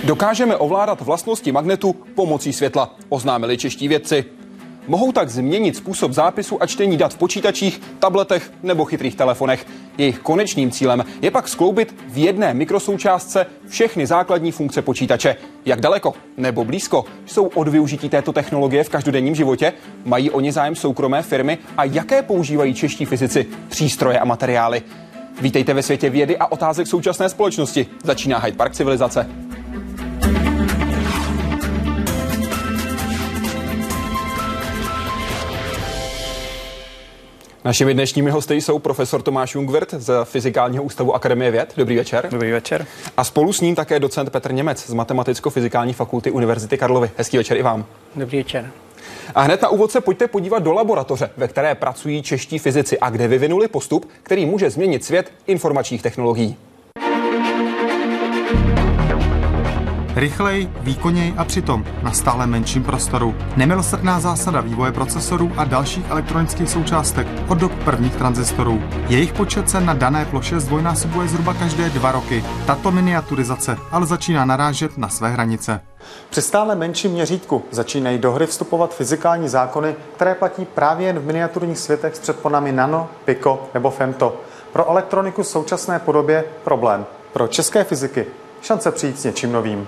Dokážeme ovládat vlastnosti magnetu pomocí světla, oznámili čeští vědci. Mohou tak změnit způsob zápisu a čtení dat v počítačích, tabletech nebo chytrých telefonech. Jejich konečným cílem je pak skloubit v jedné mikrosoučástce všechny základní funkce počítače. Jak daleko nebo blízko jsou od využití této technologie v každodenním životě? Mají o ně zájem soukromé firmy a jaké používají čeští fyzici přístroje a materiály? Vítejte ve světě vědy a otázek současné společnosti. Začíná Hyde Park civilizace. Našimi dnešními hosty jsou profesor Tomáš Jungwirth z Fyzikálního ústavu Akademie věd. Dobrý večer. Dobrý večer. A spolu s ním také docent Petr Němec z Matematicko-fyzikální fakulty Univerzity Karlovy. Hezký večer i vám. Dobrý večer. A hned na úvod se pojďte podívat do laboratoře, ve které pracují čeští fyzici a kde vyvinuli postup, který může změnit svět informačních technologií. Rychleji, výkonněji a přitom na stále menším prostoru. Nemilosrdná zásada vývoje procesorů a dalších elektronických součástek od dob prvních tranzistorů. Jejich počet se na dané ploše zdvojnásobuje zhruba každé 2 roky. Tato miniaturizace ale začíná narážet na své hranice. Při stále menším měřítku začínají do hry vstupovat fyzikální zákony, které platí právě jen v miniaturních světech s předponami nano, piko nebo femto. Pro elektroniku v současné podobě problém. Pro české fyziky šance přijít s něčím novým.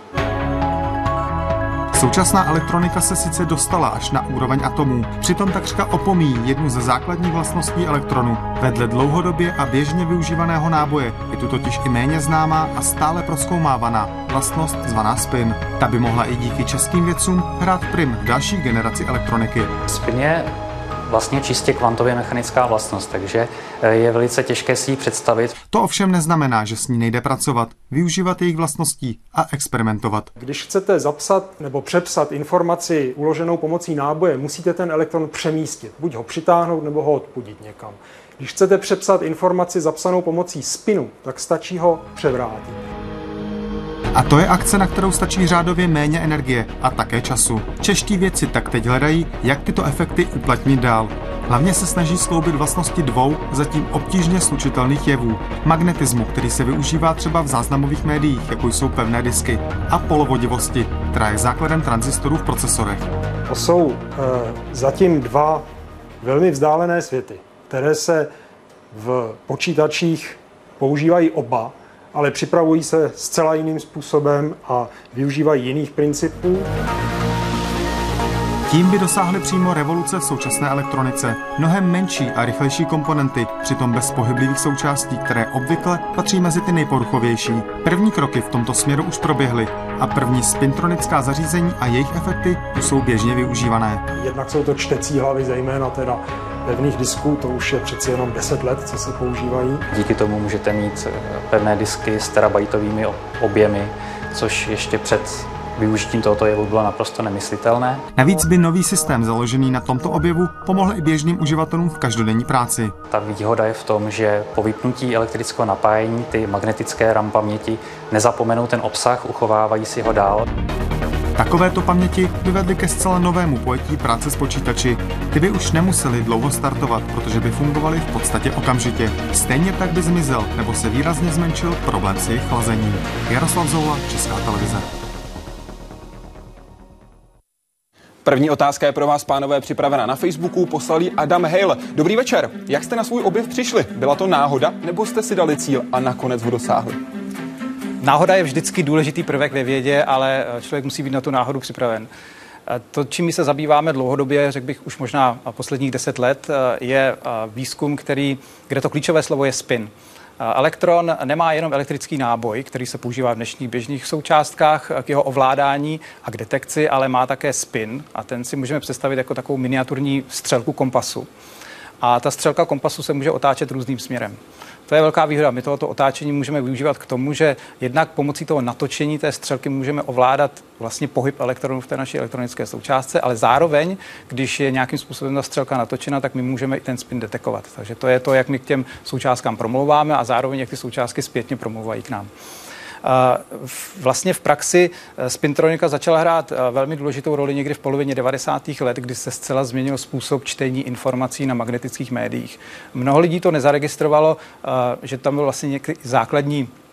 Současná elektronika se sice dostala až na úroveň atomů, přitom takřka opomíjí jednu ze základních vlastností elektronu. Vedle dlouhodobě a běžně využívaného náboje je tu totiž i méně známá a stále prozkoumávaná vlastnost zvaná spin. Ta by mohla i díky českým vědcům hrát prim v další generaci elektroniky. Spin je vlastně čistě kvantově mechanická vlastnost, takže je velice těžké si ji představit. To ovšem neznamená, že s ní nejde pracovat, využívat jejich vlastností a experimentovat. Když chcete zapsat nebo přepsat informaci uloženou pomocí náboje, musíte ten elektron přemístit. Buď ho přitáhnout, nebo ho odpudit někam. Když chcete přepsat informaci zapsanou pomocí spinu, tak stačí ho převrátit. A to je akce, na kterou stačí řádově méně energie a také času. Čeští vědci tak teď hledají, jak tyto efekty uplatnit dál. Hlavně se snaží skloubit vlastnosti dvou zatím obtížně slučitelných jevů. Magnetismu, který se využívá třeba v záznamových médiích, jako jsou pevné disky, a polovodivosti, která je základem tranzistorů v procesorech. To jsou zatím dva velmi vzdálené světy, které se v počítačích používají oba, ale připravují se zcela jiným způsobem a využívají jiných principů. Tím by dosáhly přímo revoluce v současné elektronice. Mnohem menší a rychlejší komponenty, přitom bez pohyblivých součástí, které obvykle patří mezi ty nejporuchovější. První kroky v tomto směru už proběhly a první spintronická zařízení a jejich efekty už jsou běžně využívané. Jednak jsou to čtecí hlavy, zejména teda pevných disků, to už je přeci jenom 10 let, co se používají. Díky tomu můžete mít pevné disky s terabajtovými objemy, což ještě před využitím tohoto jevu bylo naprosto nemyslitelné. Navíc by nový systém založený na tomto objevu pomohl i běžným uživatelům v každodenní práci. Ta výhoda je v tom, že po vypnutí elektrického napájení ty magnetické RAM paměti nezapomenou ten obsah, uchovávají si ho dál. Takovéto paměti by vedly ke zcela novému pojetí práce s počítači. Ty by už nemuseli dlouho startovat, protože by fungovaly v podstatě okamžitě. Stejně tak by zmizel nebo se výrazně zmenšil problém s jejich chlazením. Jaroslav Zoula, Česká televize. První otázka je pro vás, pánové, připravena na Facebooku, poslal ji Adam Hale. Dobrý večer, jak jste na svůj objev přišli? Byla to náhoda, nebo jste si dali cíl a nakonec ho dosáhli? Náhoda je vždycky důležitý prvek ve vědě, ale člověk musí být na tu náhodu připraven. To, čím my se zabýváme dlouhodobě, řekl bych už možná posledních 10 let, je výzkum, kde to klíčové slovo je spin. Elektron nemá jenom elektrický náboj, který se používá v dnešních běžných součástkách k jeho ovládání a k detekci, ale má také spin a ten si můžeme představit jako takovou miniaturní střelku kompasu. A ta střelka kompasu se může otáčet různým směrem. To je velká výhoda. My tohoto otáčení můžeme využívat k tomu, že jednak pomocí toho natočení té střelky můžeme ovládat vlastně pohyb elektronů v té naší elektronické součástce, ale zároveň, když je nějakým způsobem ta střelka natočena, tak my můžeme i ten spin detekovat. Takže to je to, jak my k těm součástkám promlouváme a zároveň, jak ty součástky zpětně promlouvají k nám. Vlastně v praxi spintronika začala hrát velmi důležitou roli někdy v polovině 90. let, kdy se zcela změnil způsob čtení informací na magnetických médiích. Mnoho lidí to nezaregistrovalo, že tam byl vlastně nějaký základní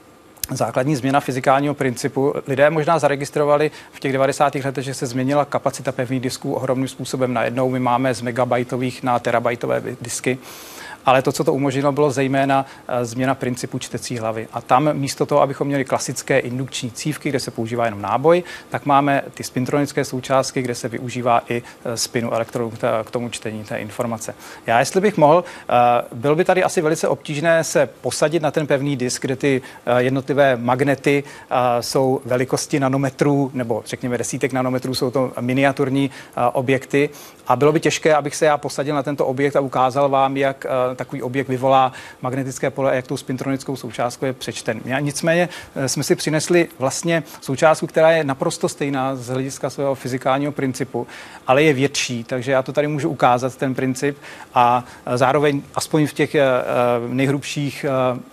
základní změna fyzikálního principu. Lidé možná zaregistrovali v těch 90. letech, že se změnila kapacita pevných disků ohromným způsobem. Najednou my máme z megabajtových na terabajtové disky. Ale to, co to umožnilo, bylo zejména změna principu čtecí hlavy. A tam místo toho, abychom měli klasické indukční cívky, kde se používá jenom náboj, tak máme ty spintronické součástky, kde se využívá i spinu elektronů k tomu čtení té informace. Já, jestli bych mohl, bylo by tady asi velice obtížné se posadit na ten pevný disk, kde ty jednotlivé magnety jsou velikosti nanometrů, nebo řekněme desítek nanometrů, jsou to miniaturní objekty. A bylo by těžké, abych se já posadil na tento objekt a ukázal vám, jak takový objekt vyvolá magnetické pole a jak tou spintronickou součástkou je přečten. Nicméně jsme si přinesli vlastně součástku, která je naprosto stejná z hlediska svého fyzikálního principu, ale je větší, takže já to tady můžu ukázat, ten princip, a zároveň aspoň v těch nejhrubších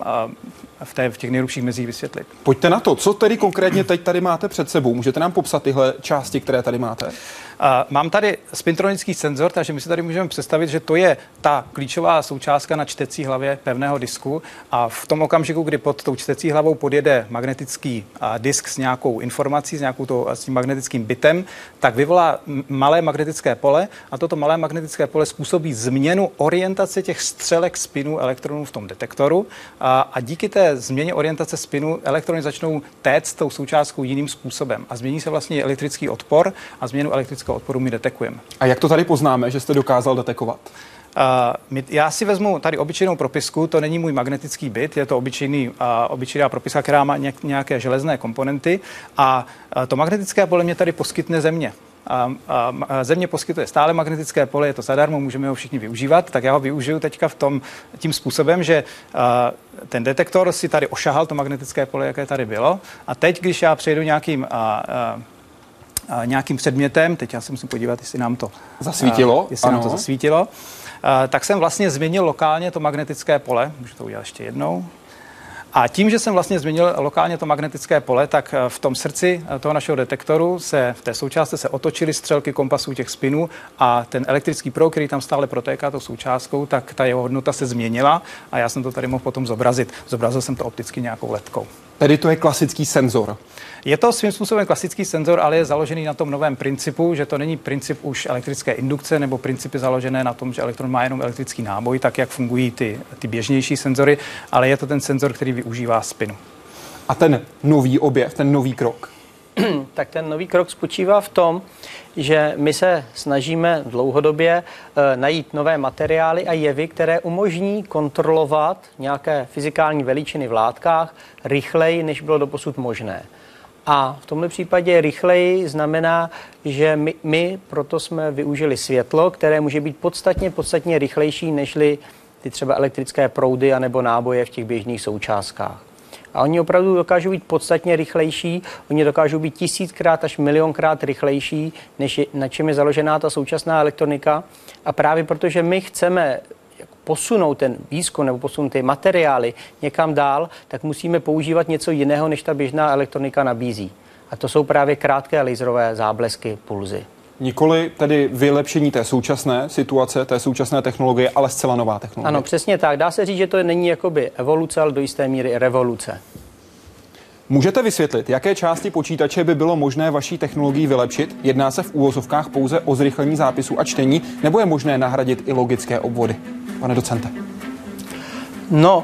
v těch nejhrubších mezích vysvětlit. Pojďte na to. Co tedy konkrétně teď tady máte před sebou? Můžete nám popsat tyhle části, které tady máte? Mám tady spintronický senzor, takže my si tady můžeme představit, že to je ta klíčová součástka na čtecí hlavě pevného disku, a v tom okamžiku, kdy pod tou čtecí hlavou podjede magnetický disk s nějakou informací, s tím magnetickým bitem, tak vyvolá malé magnetické pole a toto malé magnetické pole způsobí změnu orientace těch střelek spinů elektronů v tom detektoru, a díky té změně orientace spinu elektrony začnou téct tou součástkou jiným způsobem a změní se vlastně elektrický odpor, a změnu elektrického odporu my detekujeme. A jak to tady poznáme, že jste dokázal detekovat? Já si vezmu tady obyčejnou propisku, to není můj magnetický bit, je to obyčejná propiska, která má nějaké železné komponenty, a to magnetické pole mě tady poskytne Země. Země poskytuje stále magnetické pole, je to zadarmo, můžeme ho všichni využívat, tak já ho využiju teďka tím způsobem, že ten detektor si tady ošahal to magnetické pole, jaké tady bylo, a teď, když já přejdu nějakým předmětem, teď já se musím podívat, jestli nám to zasvítilo, tak jsem vlastně změnil lokálně to magnetické pole, můžu to udělat ještě jednou. A tím, že jsem vlastně změnil lokálně to magnetické pole, tak v tom srdci toho našeho detektoru v té součástce se otočily střelky kompasů těch spinů, a ten elektrický proud, který tam stále protéká tou součástkou, tak ta jeho hodnota se změnila a já jsem to tady mohl potom zobrazit. Zobrazil jsem to opticky nějakou ledkou. Tedy to je klasický senzor. Je to svým způsobem klasický senzor, ale je založený na tom novém principu, že to není princip už elektrické indukce nebo principy založené na tom, že elektron má jenom elektrický náboj, tak jak fungují ty běžnější senzory, ale je to ten senzor, který využívá spinu. A ten nový objev, ten nový krok? Tak ten nový krok spočívá v tom, že my se snažíme dlouhodobě najít nové materiály a jevy, které umožní kontrolovat nějaké fyzikální veličiny v látkách rychleji, než bylo doposud možné. A v tomto případě rychleji znamená, že my proto jsme využili světlo, které může být podstatně rychlejší nežli ty třeba elektrické proudy anebo náboje v těch běžných součástkách. A oni opravdu dokážou být podstatně rychlejší, oni dokážou být 1000krát až 1 000 000krát rychlejší, než na čem je založená ta současná elektronika. A právě protože my chceme posunout ten výzkum nebo posunout ty materiály někam dál, tak musíme používat něco jiného, než ta běžná elektronika nabízí. A to jsou právě krátké laserové záblesky, pulzy. Nikoli tedy vylepšení té současné situace, té současné technologie, ale zcela nová technologie. Ano, přesně tak. Dá se říct, že to není jakoby evoluce, ale do jisté míry revoluce. Můžete vysvětlit, jaké části počítače by bylo možné vaší technologii vylepšit? Jedná se v úvozovkách pouze o zrychlení zápisu a čtení, nebo je možné nahradit i logické obvody? Pane docente. No,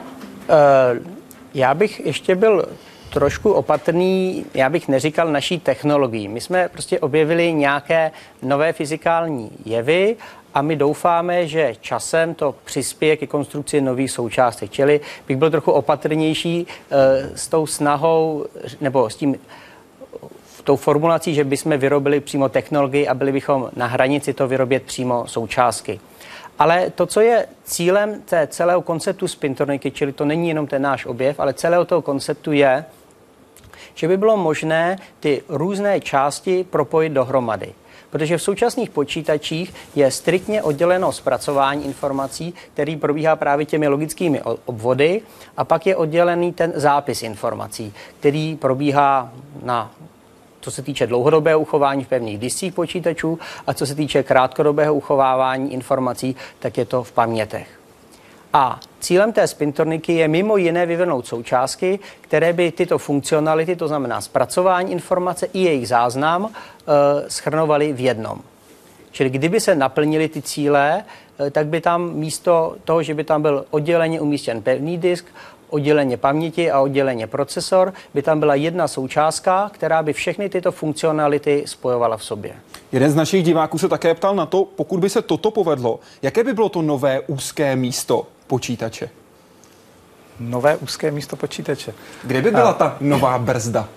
já bych ještě byl trošku opatrný, já bych neříkal naší technologii. My jsme prostě objevili nějaké nové fyzikální jevy a my doufáme, že časem to přispěje ke konstrukci nových součástek. Čili bych byl trochu opatrnější s tou snahou, nebo s tím tou formulací, že bychom vyrobili přímo technologii a byli bychom na hranici to vyrobit přímo součástky. Ale to, co je cílem celého konceptu spintroniky, čili to není jenom ten náš objev, ale celého toho konceptu je, že by bylo možné ty různé části propojit dohromady. Protože v současných počítačích je striktně odděleno zpracování informací, který probíhá právě těmi logickými obvody, a pak je oddělený ten zápis informací, který probíhá co se týče dlouhodobého uchování v pevných discích počítačů, a co se týče krátkodobého uchovávání informací, tak je to v pamětech. A cílem té spintroniky je mimo jiné vyvinout součástky, které by tyto funkcionality, to znamená zpracování informace i jejich záznam, shrnovaly v jednom. Čili kdyby se naplnily ty cíle, tak by tam místo toho, že by tam byl odděleně umístěn pevný disk, odděleně paměti a odděleně procesor, by tam byla jedna součástka, která by všechny tyto funkcionality spojovala v sobě. Jeden z našich diváků se také ptal na to, pokud by se toto povedlo, jaké by bylo to nové úzké místo počítače? Nové úzké místo počítače. Kde by byla ta nová brzda?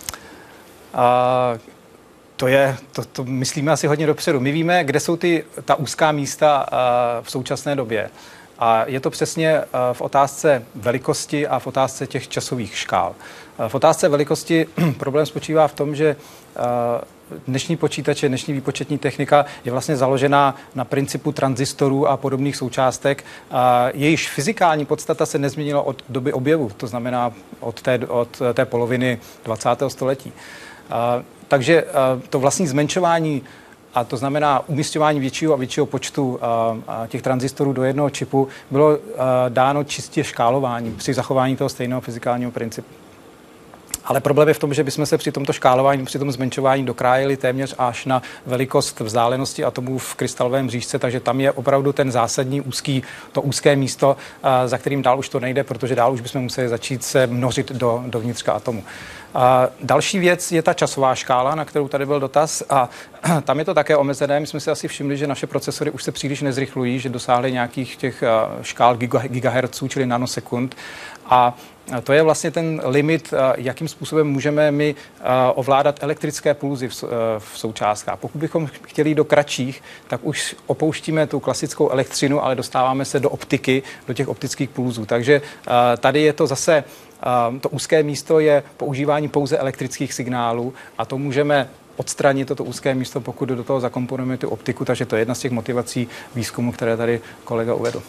To myslíme asi hodně dopředu. My víme, kde jsou ta úzká místa v současné době. A je to přesně v otázce velikosti a v otázce těch časových škál. V otázce velikosti problém spočívá v tom, že dnešní počítače, dnešní výpočetní technika je vlastně založená na principu tranzistorů a podobných součástek. Jejíž fyzikální podstata se nezměnila od doby objevu, to znamená od té poloviny 20. století. Takže to vlastní zmenšování, a to znamená umísťování většího a většího počtu těch tranzistorů do jednoho čipu, bylo dáno čistě škálováním při zachování toho stejného fyzikálního principu. Ale problém je v tom, že bychom se při tomto škálování, při tom zmenšování dokrájeli téměř až na velikost vzdálenosti atomů v krystalovém říšce, takže tam je opravdu ten zásadní to úzké místo, za kterým dál už to nejde, protože dál už bychom museli začít se množit do vnitřka atomu. Další věc je ta časová škála, na kterou tady byl dotaz, a tam je to také omezené. My jsme si asi všimli, že naše procesory už se příliš nezrychlují, že dosáhly nějakých těch škál gigahertzů, čili nanosekund. A to je vlastně ten limit, jakým způsobem můžeme my ovládat elektrické pulzy v součástkách. Pokud bychom chtěli do kratších, tak už opouštíme tu klasickou elektřinu, ale dostáváme se do optiky, do těch optických pulzů. Takže tady je to zase to úzké místo je používání pouze elektrických signálů a to můžeme odstranit toto úzké místo, pokud do toho zakomponujeme tu optiku, takže to je jedna z těch motivací výzkumu, které tady kolega uvedl.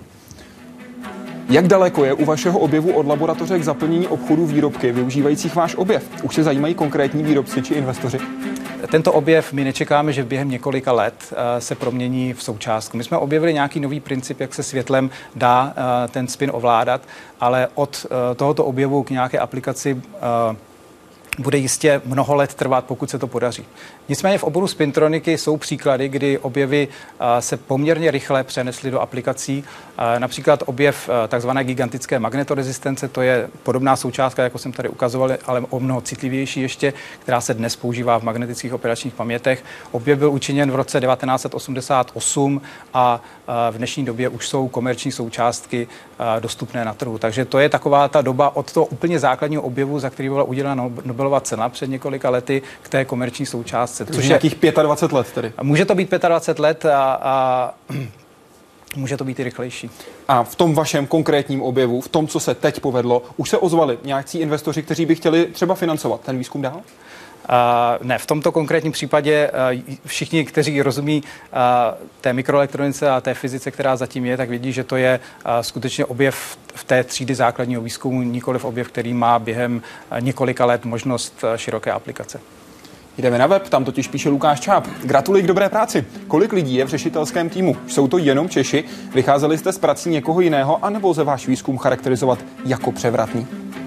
Jak daleko je u vašeho objevu od laboratoře k zaplnění obchodů výrobky využívajících váš objev? Už se zajímají konkrétní výrobci či investoři? Tento objev my nečekáme, že během několika let se promění v součástku. My jsme objevili nějaký nový princip, jak se světlem dá ten spin ovládat, ale od tohoto objevu k nějaké aplikaci bude jistě mnoho let trvat, pokud se to podaří. Nicméně v oboru spintroniky jsou příklady, kdy objevy se poměrně rychle přenesly do aplikací. Například objev takzvané gigantické magnetorezistence, to je podobná součástka, jako jsem tady ukazoval, ale o mnoho citlivější ještě, která se dnes používá v magnetických operačních pamětech. Objev byl učiněn v roce 1988 a v dnešní době už jsou komerční součástky dostupné na trhu. Takže to je taková ta doba od toho úplně základního objevu, za který byla udělena Nobelova cena před několika lety, k té komerční součástce. Což je nějakých 25 let tedy. Může to být 25 let a může to být i rychlejší. A v tom vašem konkrétním objevu, v tom, co se teď povedlo, už se ozvali nějací investoři, kteří by chtěli třeba financovat ten výzkum dál? Ne, v tomto konkrétním případě všichni, kteří rozumí té mikroelektronice a té fyzice, která zatím je, tak vědí, že to je skutečně objev v té třídy základního výzkumu, nikoliv objev, který má během několika let možnost široké aplikace. Jdeme na web, tam totiž píše Lukáš Čáp. Gratuluji k dobré práci. Kolik lidí je v řešitelském týmu? Jsou to jenom Češi? Vycházeli jste z prací někoho jiného, anebo lze váš výzkum charakterizovat jako převratný?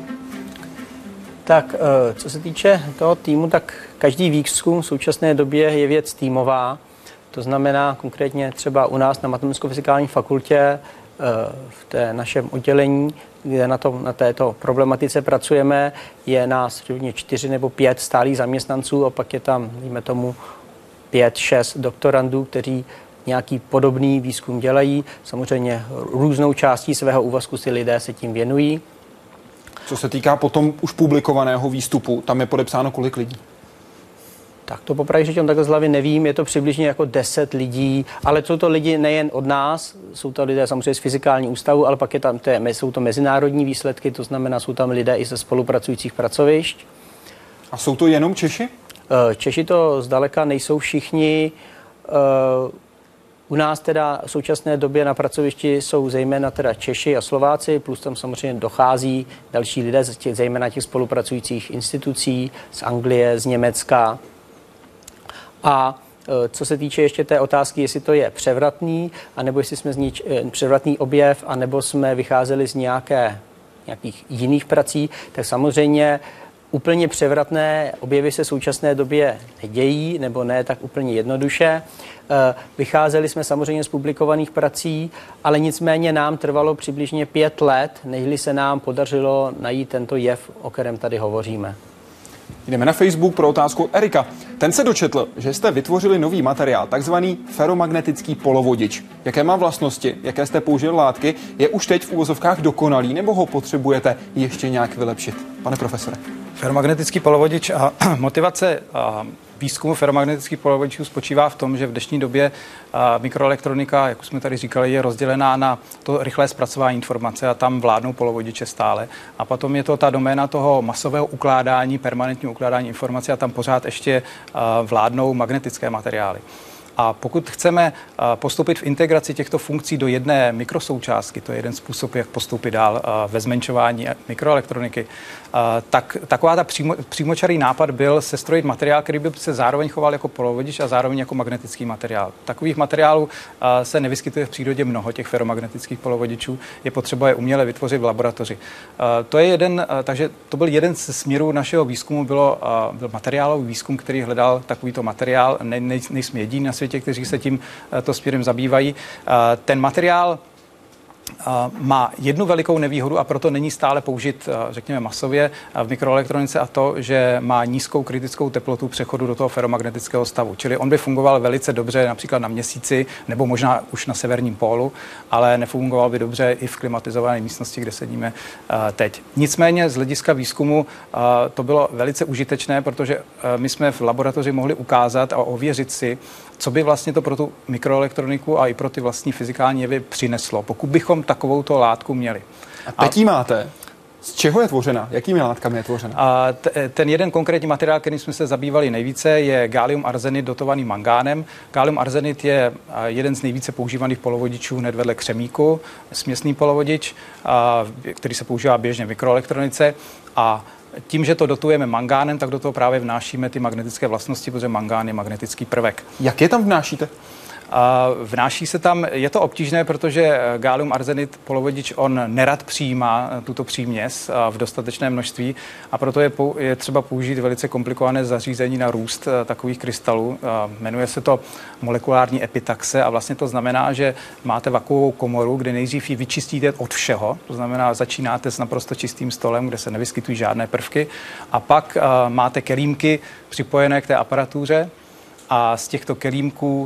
Tak, co se týče toho týmu, tak každý výzkum v současné době je věc týmová. To znamená konkrétně třeba u nás na Matematicko-fyzikální fakultě v té našem oddělení, kde na této problematice pracujeme, je nás 4 nebo 5 stálých zaměstnanců a pak je tam, dejme tomu, 5-6 doktorandů, kteří nějaký podobný výzkum dělají. Samozřejmě různou částí svého úvazku si lidé se tím věnují. Co se týká potom už publikovaného výstupu, tam je podepsáno kolik lidí? Tak to popravdě řečeno takhle z hlavy nevím, je to přibližně jako 10 lidí, ale jsou to lidi nejen od nás, jsou to lidé samozřejmě z fyzikální ústavu, ale pak jsou to mezinárodní výsledky, to znamená, jsou tam lidé i ze spolupracujících pracovišť. A jsou to jenom Češi? Češi to zdaleka nejsou všichni. U nás teda v současné době na pracovišti jsou zejména teda Češi a Slováci, plus tam samozřejmě dochází další lidé, zejména těch spolupracujících institucí z Anglie, z Německa. A Co se týče ještě té otázky, jestli to je převratný, anebo jestli jsme převratný objev, anebo jsme vycházeli z nějakých jiných prací, tak samozřejmě úplně převratné objevy se v současné době nedějí, nebo ne tak úplně jednoduše. Vycházeli jsme samozřejmě z publikovaných prací, ale nicméně nám trvalo přibližně 5 let, než se nám podařilo najít tento jev, o kterém tady hovoříme. Jdeme na Facebook pro otázku Erika. Ten se dočetl, že jste vytvořili nový materiál, takzvaný feromagnetický polovodič. Jaké má vlastnosti, jaké jste použili látky, je už teď v uvozovkách dokonalý, nebo ho potřebujete ještě nějak vylepšit? Pane profesore. Feromagnetický polovodič a motivace výzkumu feromagnetických polovodičů spočívá v tom, že v dnešní době mikroelektronika, jak už jsme tady říkali, je rozdělená na to rychlé zpracování informace a tam vládnou polovodiče stále. A potom je to ta doména toho masového ukládání, permanentního ukládání informací a tam pořád ještě vládnou magnetické materiály. A pokud chceme postoupit v integraci těchto funkcí do jedné mikrosoučástky, to je jeden způsob, jak postoupit dál ve zmenšování mikroelektroniky, tak taková ta přímočarý nápad byl sestrojit materiál, který by se zároveň choval jako polovodič a zároveň jako magnetický materiál. Takových materiálů se nevyskytuje v přírodě mnoho, těch feromagnetických polovodičů, je potřeba je uměle vytvořit v laboratoři. Takže to byl jeden ze směrů našeho výzkumu, byl materiálový výzkum, který hledal takovýto materiál. Nejsme jediní na světě, kteří se tímto směrem zabývají. Ten materiál má jednu velikou nevýhodu a proto není stále použit, řekněme, masově v mikroelektronice, a to, že má nízkou kritickou teplotu přechodu do toho feromagnetického stavu. Čili on by fungoval velice dobře například na Měsíci nebo možná už na severním pólu, ale nefungoval by dobře i v klimatizované místnosti, kde sedíme teď. Nicméně z hlediska výzkumu to bylo velice užitečné, protože my jsme v laboratoři mohli ukázat a ověřit si, co by vlastně to pro tu mikroelektroniku a i pro ty vlastní fyzikální jevy přineslo, pokud bychom takovouto látku měli. A teď ji máte. Z čeho je tvořena? Jakými látkami je tvořena? Ten jeden konkrétní materiál, kterým jsme se zabývali nejvíce, je gallium arsenid dotovaný mangánem. Gallium arsenid je jeden z nejvíce používaných polovodičů hned vedle křemíku, směsný polovodič, který se používá běžně v mikroelektronice, a tím, že to dotujeme mangánem, tak do toho právě vnášíme ty magnetické vlastnosti, protože mangán je magnetický prvek. Jak je tam vnášíte? Vnáší se tam, je to obtížné, protože gallium arsenid polovodič, on nerad přijímá tuto příměs v dostatečné množství, a proto je třeba použít velice komplikované zařízení na růst takových krystalů. Jmenuje se to molekulární epitaxe a vlastně to znamená, že máte vakuovou komoru, kde nejdřív ji vyčistíte od všeho, to znamená, začínáte s naprosto čistým stolem, kde se nevyskytují žádné prvky, a pak máte kelímky připojené k té aparatuře a z těchto kelímků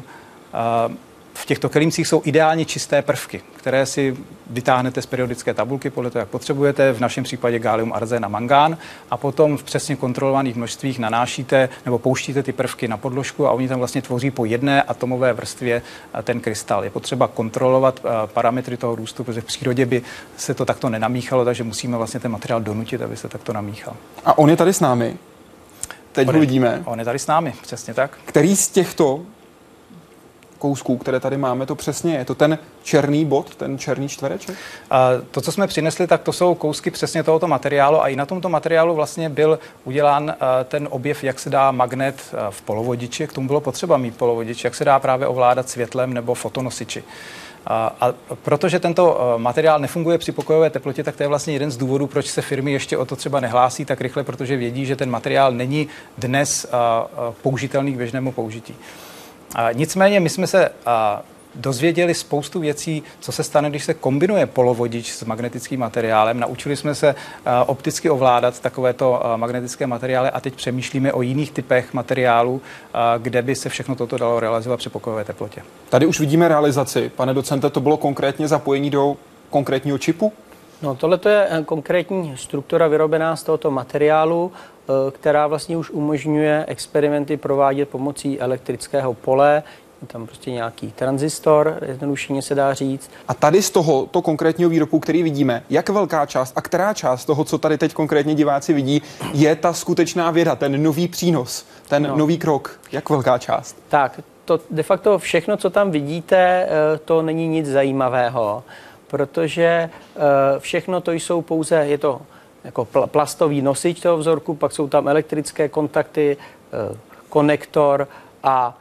v těchto kelímcích jsou ideálně čisté prvky, které si vytáhnete z periodické tabulky podle toho, jak potřebujete, v našem případě gallium arsen a mangán, a potom v přesně kontrolovaných množstvích nanášíte nebo pouštíte ty prvky na podložku a oni tam vlastně tvoří po jedné atomové vrstvě ten krystal. Je potřeba kontrolovat parametry toho růstu, protože v přírodě by se to takto nenamíchalo, takže musíme vlastně ten materiál donutit, aby se takto namíchal. A on je tady s námi. Teď ho vidíme. On je tady s námi, přesně tak. Který z těchto kousků, které tady máme, to přesně je? To ten černý bod, ten černý čtvereček? To, co jsme přinesli, tak to jsou kousky přesně tohoto materiálu, a i na tomto materiálu vlastně byl udělán ten objev, jak se dá magnet v polovodiči. K tomu bylo potřeba mít polovodič, jak se dá právě ovládat světlem nebo fotonosiči. A protože tento materiál nefunguje při pokojové teplotě, tak to je vlastně jeden z důvodů, proč se firmy ještě o to třeba nehlásí tak rychle, protože vědí, že ten materiál není dnes použitelný k běžnému použití. Nicméně my jsme se dozvěděli spoustu věcí, co se stane, když se kombinuje polovodič s magnetickým materiálem. Naučili jsme se opticky ovládat takovéto magnetické materiály a teď přemýšlíme o jiných typech materiálů, kde by se všechno toto dalo realizovat při pokojové teplotě. Tady už vidíme realizaci. Pane docente, to bylo konkrétně zapojení do konkrétního čipu? No, tohle je konkrétní struktura vyrobená z tohoto materiálu, která vlastně už umožňuje experimenty provádět pomocí elektrického pole. Je tam prostě nějaký tranzistor, jednodušeně se dá říct. A tady z tohoto konkrétního výrobku, který vidíme, jak velká část a která část toho, co tady teď konkrétně diváci vidí, je ta skutečná věda, ten nový přínos, ten nový krok? Jak velká část? Tak, to de facto všechno, co tam vidíte, to není nic zajímavého, protože všechno to jsou pouze, je to jako plastový nosič toho vzorku, pak jsou tam elektrické kontakty, konektor a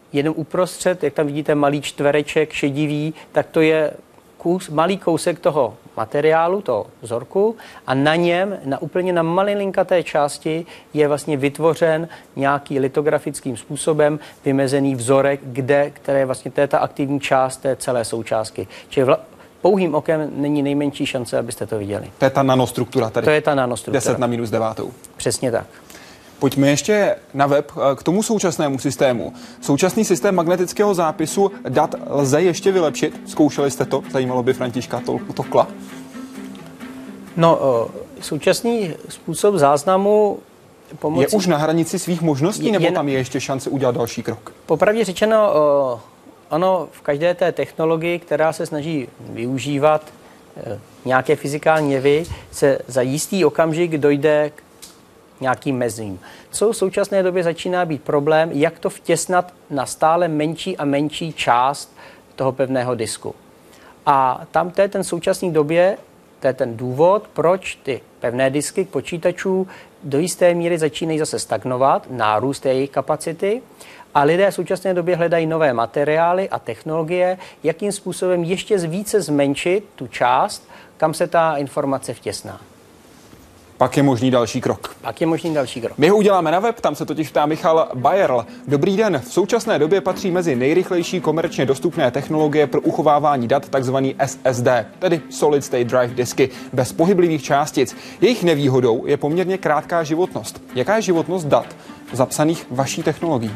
jenom uprostřed, jak tam vidíte malý čtvereček šedivý, tak to je malý kousek toho materiálu, toho vzorku a na něm, úplně na malinkaté části je vlastně vytvořen nějaký litografickým způsobem vymezený vzorek, které vlastně to je ta aktivní část té celé součástky. Čili pouhým okem není nejmenší šance, abyste to viděli. To je ta nanostruktura tady. To je ta nanostruktura. 10 na -9. Přesně tak. Pojďme ještě na web k tomu současnému systému. Současný systém magnetického zápisu dat lze ještě vylepšit? Zkoušeli jste to? Zajímalo by Františka Tokla. No, současný způsob záznamu pomocí... Je už na hranici svých možností, nebo tam je ještě šance udělat další krok? Popravdě řečeno, ono v každé té technologii, která se snaží využívat nějaké fyzikální jevy, se za jistý okamžik dojde k nějakým mezím. Co v současné době začíná být problém, jak to vtěsnat na stále menší a menší část toho pevného disku. A tam to je ten současný době, to je ten důvod, proč ty pevné disky k počítačů do jisté míry začínají zase stagnovat, nárůst jejich kapacity a lidé v současné době hledají nové materiály a technologie, jakým způsobem ještě více zmenšit tu část, kam se ta informace vtěsná. Pak je možný další krok. My ho uděláme na web, tam se totiž ptá Michal Bajerl. Dobrý den, v současné době patří mezi nejrychlejší komerčně dostupné technologie pro uchovávání dat takzvaný SSD, tedy Solid State Drive disky, bez pohyblivých částic. Jejich nevýhodou je poměrně krátká životnost. Jaká je životnost dat zapsaných vaší technologií?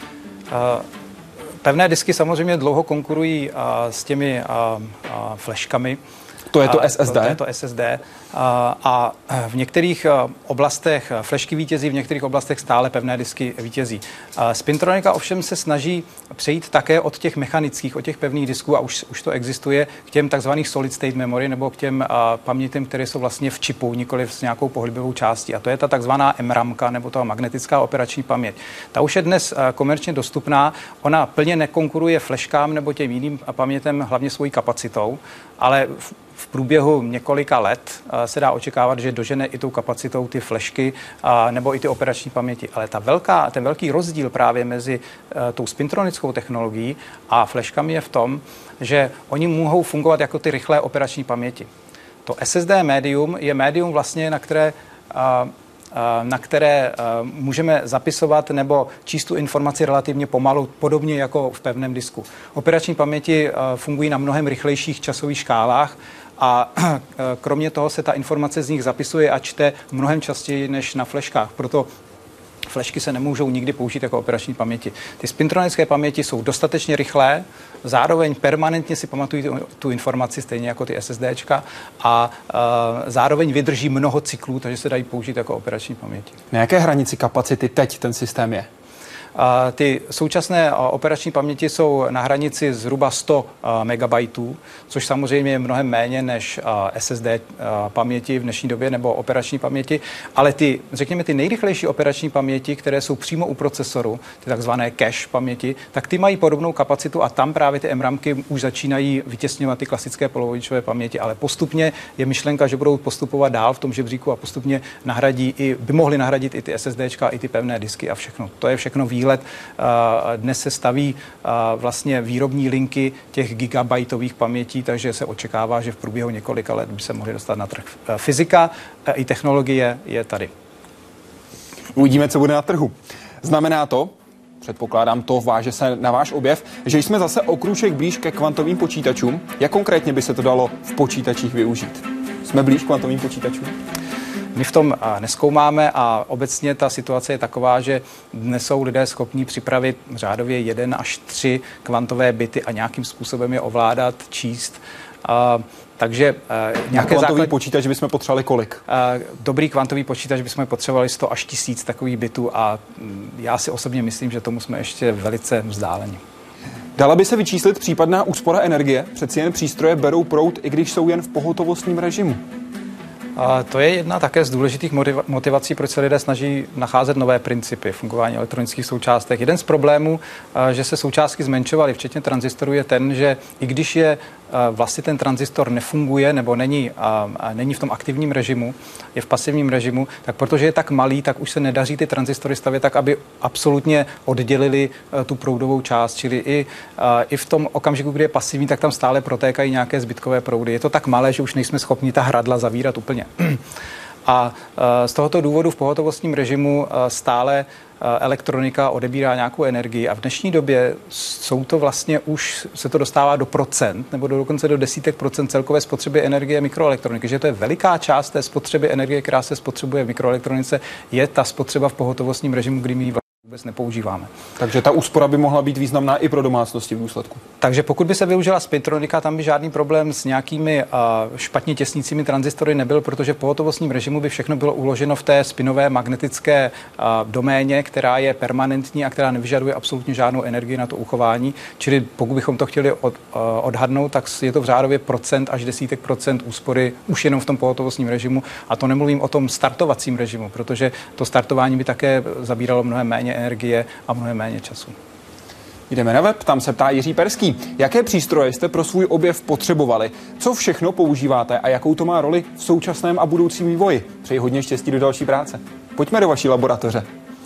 Pevné disky samozřejmě dlouho konkurují s těmi flashkami. To je to SSD? To je to SSD. A v některých oblastech flashky vítězí, v některých oblastech stále pevné disky vítězí. Spintronika ovšem se snaží přejít také od těch mechanických, od těch pevných disků, a už to existuje, k těm takzvaných solid state memory, nebo k těm pamětem, které jsou vlastně v čipu, nikoli s nějakou pohyblivou částí. A to je ta takzvaná MRAMka, nebo ta magnetická operační paměť. Ta už je dnes komerčně dostupná. Ona plně nekonkuruje flashkám nebo těm jiným pamětem, hlavně svojí kapacitou, ale v průběhu několika let se dá očekávat, že dožene i tou kapacitou ty flashky nebo i ty operační paměti. Ale ten velký rozdíl právě mezi tou spintronickou technologií a flashkami je v tom, že oni mohou fungovat jako ty rychlé operační paměti. To SSD médium je médium vlastně, na které můžeme zapisovat nebo číst tu informaci relativně pomalu, podobně jako v pevném disku. Operační paměti fungují na mnohem rychlejších časových škálách a kromě toho se ta informace z nich zapisuje a čte mnohem častěji než na flashkách. Proto flashky se nemůžou nikdy použít jako operační paměti. Ty spintronické paměti jsou dostatečně rychlé, zároveň permanentně si pamatují tu informaci, stejně jako ty SSDčka, a zároveň vydrží mnoho cyklů, takže se dají použít jako operační paměti. Na jaké hranici kapacity teď ten systém je? Ty současné operační paměti jsou na hranici zhruba 100 MB, což samozřejmě je mnohem méně než SSD paměti v dnešní době nebo operační paměti, ale řekněme ty nejrychlejší operační paměti, které jsou přímo u procesoru, ty takzvané cache paměti, tak ty mají podobnou kapacitu a tam právě ty MRAMky už začínají vytěsňovat ty klasické polovodičové paměti, ale postupně je myšlenka, že budou postupovat dál v tom žebříku a postupně by mohly nahradit i ty SSDčka, i ty pevné disky a všechno. To je všechno výlet. Dnes se staví vlastně výrobní linky těch gigabajtových pamětí, takže se očekává, že v průběhu několika let by se mohly dostat na trh. Fyzika i technologie je tady. Uvidíme, co bude na trhu. Znamená to, předpokládám, to váže se na váš objev, že jsme zase o krůček blíž ke kvantovým počítačům. Jak konkrétně by se to dalo v počítačích využít? Jsme blíž k kvantovým počítačům? My v tom nezkoumáme a obecně ta situace je taková, že dnes jsou lidé schopní připravit řádově 1 až 3 kvantové bity a nějakým způsobem je ovládat, číst. Takže nějaké kvantový počítač bychom potřebovali kolik? Dobrý kvantový počítač bychom potřebovali 100 až 1000 takových bitů a já si osobně myslím, že tomu jsme ještě velice vzdáleni. Dala by se vyčíslit případná úspora energie? Přeci jen přístroje berou proud, i když jsou jen v pohotovostním režimu. To je jedna také z důležitých motivací, proč se lidé snaží nacházet nové principy fungování elektronických součástek. Jeden z problémů, že se součástky zmenšovaly, včetně tranzistorů, je ten, že i když je vlastně ten tranzistor nefunguje nebo není v tom aktivním režimu, je v pasivním režimu, tak protože je tak malý, tak už se nedaří ty tranzistory stavět tak, aby absolutně oddělili tu proudovou část, čili i v tom okamžiku, kdy je pasivní, tak tam stále protékají nějaké zbytkové proudy. Je to tak malé, že už nejsme schopni ta hradla zavírat úplně. A z tohoto důvodu v pohotovostním režimu stále elektronika odebírá nějakou energii a v dnešní době jsou to vlastně už se to dostává do procent nebo dokonce do desítek procent celkové spotřeby energie mikroelektroniky, že to je veliká část té spotřeby energie, která se spotřebuje v mikroelektronice, je ta spotřeba v pohotovostním režimu, kdy my vůbec nepoužíváme. Takže ta úspora by mohla být významná i pro domácnosti v důsledku. Takže pokud by se využila spintronika, tam by žádný problém s nějakými špatně těsnícími tranzistory nebyl, protože v pohotovostním režimu by všechno bylo uloženo v té spinové magnetické doméně, která je permanentní a která nevyžaduje absolutně žádnou energii na to uchování. Čili pokud bychom to chtěli odhadnout, tak je to v řádově procent až desítek procent úspory už jenom v tom pohotovostním režimu. A to nemluvím o tom startovacím režimu, protože to startování by také zabíralo mnohem méně energie a mnohem méně času. Jdeme na web, tam se ptá Jiří Perský. Jaké přístroje jste pro svůj objev potřebovali? Co všechno používáte a jakou to má roli v současném a budoucím vývoji? Přeji hodně štěstí do další práce. Pojďme do vaší laboratoře.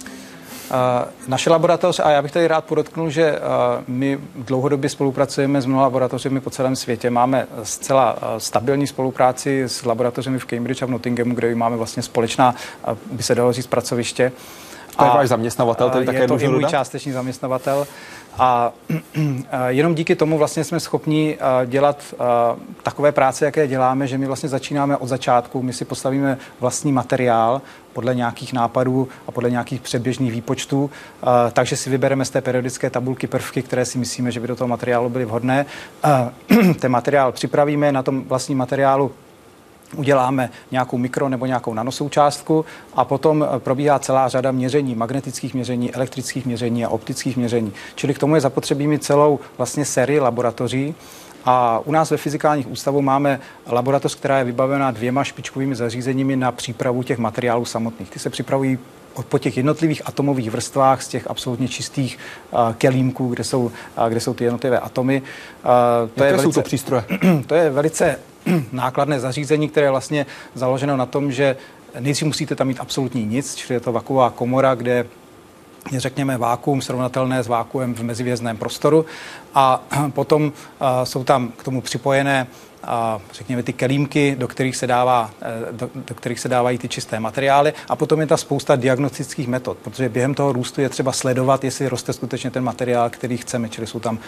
Naše laboratoř, a já bych tady rád podotknul, že my dlouhodobě spolupracujeme s mnoha laboratořemi po celém světě. Máme zcela stabilní spolupráci s laboratořemi v Cambridge a v Nottinghamu, kde máme vlastně společná, by se dalo říct, pracoviště. To je váš zaměstnavatel, tedy také je to i můj částečný zaměstnavatel. A jenom díky tomu vlastně jsme schopni dělat takové práce, jaké děláme, že my vlastně začínáme od začátku, my si postavíme vlastní materiál podle nějakých nápadů a podle nějakých předběžných výpočtů, takže si vybereme z té periodické tabulky prvky, které si myslíme, že by do toho materiálu byly vhodné. Ten materiál připravíme, na tom vlastním materiálu uděláme nějakou mikro nebo nějakou nanosoučástku a potom probíhá celá řada měření, magnetických měření, elektrických měření a optických měření. Čili k tomu je zapotřebí mít celou vlastně sérii laboratoří. A u nás ve Fyzikálních ústavu máme laboratoř, která je vybavená 2 špičkovými zařízeními na přípravu těch materiálů samotných. Ty se připravují po těch jednotlivých atomových vrstvách z těch absolutně čistých kelímků, kde jsou ty jednotlivé atomy. Jaké jsou to přístroje? To je velice nákladné zařízení, které je vlastně založeno na tom, že nejdřív musíte tam mít absolutní nic, čili je to vakuová komora, kde je, řekněme, vákuum srovnatelné s vákuem v mezihvězdném prostoru a potom jsou tam k tomu připojené řekněme ty kelímky, do kterých se dávají ty čisté materiály a potom je ta spousta diagnostických metod, protože během toho růstu je třeba sledovat, jestli roste skutečně ten materiál, který chceme, čili jsou tam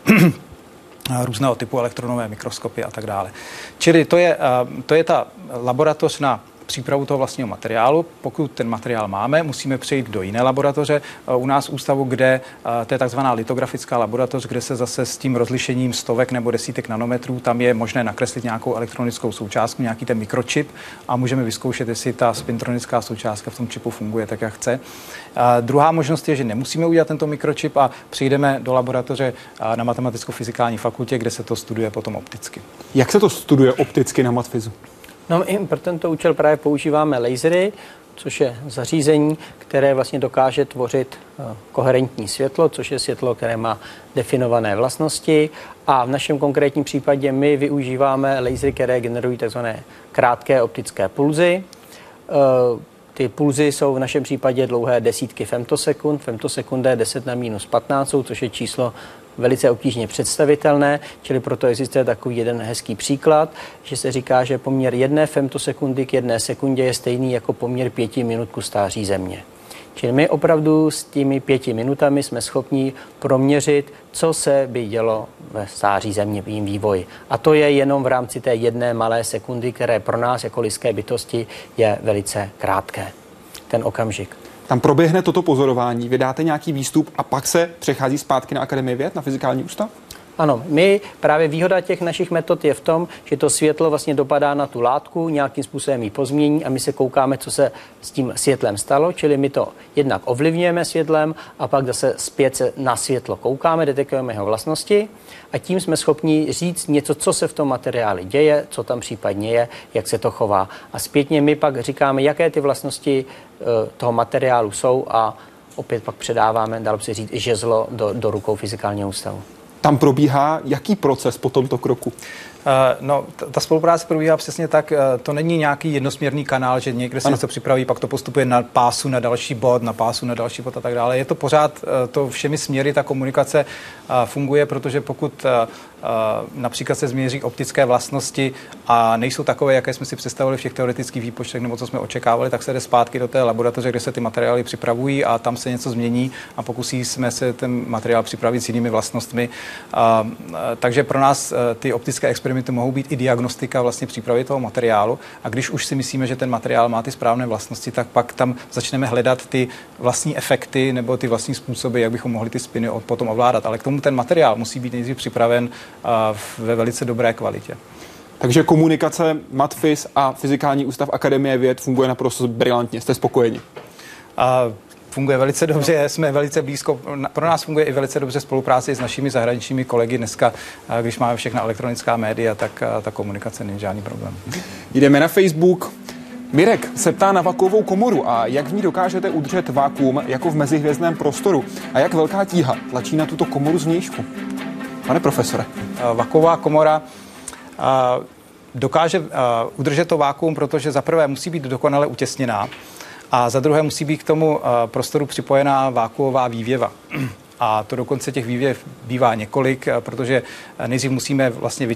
různého typu elektronové mikroskopy a tak dále. Čili to je ta laboratoř na přípravu toho vlastního materiálu. Pokud ten materiál máme, musíme přejít do jiné laboratoře. U nás ústavu, kde to je takzvaná litografická laboratoř, kde se zase s tím rozlišením stovek nebo desítek nanometrů, tam je možné nakreslit nějakou elektronickou součástku, nějaký ten mikročip a můžeme vyzkoušet, jestli ta spintronická součástka v tom čipu funguje tak, jak chce. Druhá možnost je, že nemusíme udělat tento mikročip a přijdeme do laboratoře na Matematicko-fyzikální fakultě, kde se to studuje potom opticky. Jak se to studuje opticky na matfizu? No, i pro tento účel právě používáme lasery, což je zařízení, které vlastně dokáže tvořit koherentní světlo, což je světlo, které má definované vlastnosti. A v našem konkrétním případě my využíváme lasery, které generují tzv. Krátké optické pulzy. Ty pulzy jsou v našem případě dlouhé desítky femtosekund. Femtosekunda je 10 na minus 15, což je číslo velice obtížně představitelné, čili proto existuje takový jeden hezký příklad, že se říká, že poměr 1 femtosekundy k 1 sekundě je stejný jako poměr 5 minut ku stáří Země. Čili my opravdu s těmi 5 minutami jsme schopni proměřit, co se by dělo ve stáří Země v jejím vývoji. A to je jenom v rámci té 1 malé sekundy, které pro nás jako lidské bytosti je velice krátké, ten okamžik. Tam proběhne toto pozorování, vydáte nějaký výstup a pak se přechází zpátky na Akademii věd, na Fyzikální ústav? Ano, právě výhoda těch našich metod je v tom, že to světlo vlastně dopadá na tu látku, nějakým způsobem ji pozmění a my se koukáme, co se s tím světlem stalo, čili my to jednak ovlivňujeme světlem a pak zase zpět se na světlo koukáme, detekujeme jeho vlastnosti a tím jsme schopni říct něco, co se v tom materiálu děje, co tam případně je, jak se to chová. A zpětně my pak říkáme, jaké ty vlastnosti toho materiálu jsou a opět pak předáváme, dalo by se říct, žezlo do rukou Fyzikálního ústavu. Tam probíhá jaký proces po tomto kroku? No, ta spolupráce probíhá přesně tak, to není nějaký jednosměrný kanál, že někde se něco připraví, pak to postupuje na pásu na další bod, na pásu na další bod a tak dále. Je to pořád, to všemi směry, ta komunikace funguje, protože pokud například se změří optické vlastnosti a nejsou takové, jaké jsme si představili v těch teoretických výpočtech nebo co jsme očekávali, tak se jde zpátky do té laboratoře, kde se ty materiály připravují a tam se něco změní a pokusíme se ten materiál připravit s jinými vlastnostmi. Takže pro nás ty optické experimenty mohou být i diagnostika vlastně přípravy toho materiálu a když už si myslíme, že ten materiál má ty správné vlastnosti, tak pak tam začneme hledat ty vlastní efekty nebo ty vlastní způsoby, jak bychom mohli ty spiny potom ovládat. Ale k tomu ten materiál musí být nejdřív připraven ve velice dobré kvalitě. Takže komunikace Matfis a Fyzikální ústav Akademie věd funguje naprosto brilantně. Jste spokojeni? Funguje velice dobře, jsme velice blízko. Pro nás funguje i velice dobře spolupráce s našimi zahraničními kolegy. Dneska, když máme všechna elektronická média, tak ta komunikace není žádný problém. Jdeme na Facebook. Mirek se ptá na vakuovou komoru a jak v ní dokážete udržet vakuum jako v mezihvězdném prostoru a jak velká tíha tlačí na tuto komoru zvnějšku? Pane profesore. Vakuová komora dokáže udržet to vakuum, protože za prvé musí být dokonale utěsněná a za druhé musí být k tomu prostoru připojená vakuová vývěva. A to dokonce těch vývěv bývá několik, protože nejdřív musíme vlastně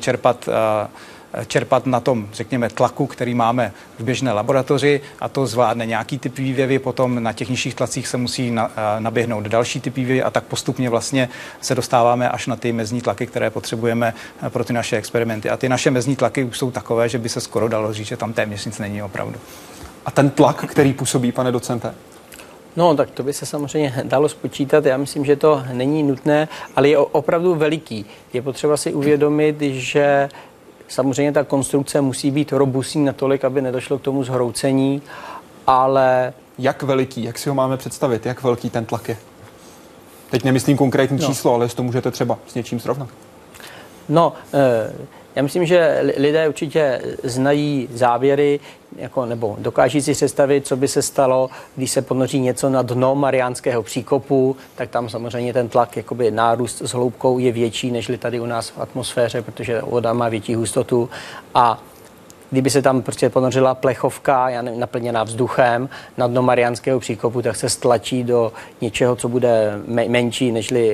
čerpat na tom, řekněme, tlaku, který máme v běžné laboratoři a to zvládne nějaký typ vývěvy, potom na těch nižších tlacích se musí naběhnout další typ vývěvy a tak postupně vlastně se dostáváme až na ty mezní tlaky, které potřebujeme pro ty naše experimenty. A ty naše mezní tlaky už jsou takové, že by se skoro dalo říct, že tam téměř nic není opravdu. A ten tlak, který působí, pane docente? No, tak to by se samozřejmě dalo spočítat. Já myslím, že to není nutné, ale je opravdu veliký. Je potřeba si uvědomit, že samozřejmě ta konstrukce musí být robustní natolik, aby nedošlo k tomu zhroucení, ale... Jak veliký? Jak si ho máme představit? Jak velký ten tlak je? Teď nemyslím konkrétní číslo, ale jestli to můžete třeba s něčím srovnat. No, já myslím, že lidé určitě znají závěry, nebo dokáží si představit, co by se stalo, když se ponoří něco na dno Mariánského příkopu, tak tam samozřejmě ten tlak, jakoby nárůst s hloubkou je větší, než tady u nás v atmosféře, protože voda má větší hustotu a kdyby se tam prostě ponořila plechovka naplněná vzduchem na dno Mariánského příkopu, tak se stlačí do něčeho, co bude menší, nežli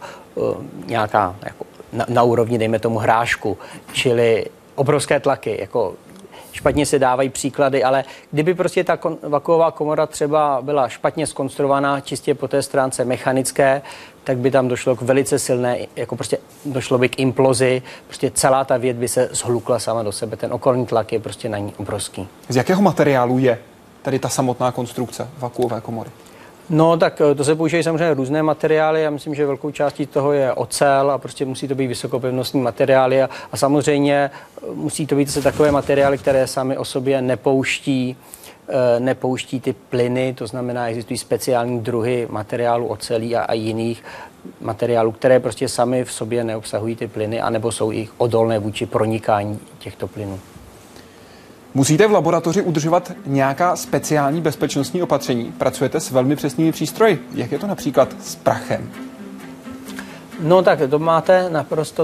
nějaká na úrovni, dejme tomu, hrášku, čili obrovské tlaky, jako špatně se dávají příklady, ale kdyby prostě ta vakuová komora třeba byla špatně zkonstruovaná čistě po té stránce mechanické, tak by tam došlo k velice silné, jako prostě došlo by k implozi, prostě celá ta věc by se zhlukla sama do sebe, ten okolní tlak je prostě na ní obrovský. Z jakého materiálu je tady ta samotná konstrukce vakuové komory? No, tak to se používají samozřejmě různé materiály. Já myslím, že velkou částí toho je ocel a prostě musí to být vysokopevnostní materiály a samozřejmě musí to být zase takové materiály, které sami o sobě nepouští ty plyny, to znamená, existují speciální druhy materiálu ocelí a jiných materiálů, které prostě sami v sobě neobsahují ty plyny, anebo jsou i odolné vůči pronikání těchto plynů. Musíte v laboratoři udržovat nějaká speciální bezpečnostní opatření? Pracujete s velmi přesnými přístroji. Jak je to například s prachem? No tak to máte naprosto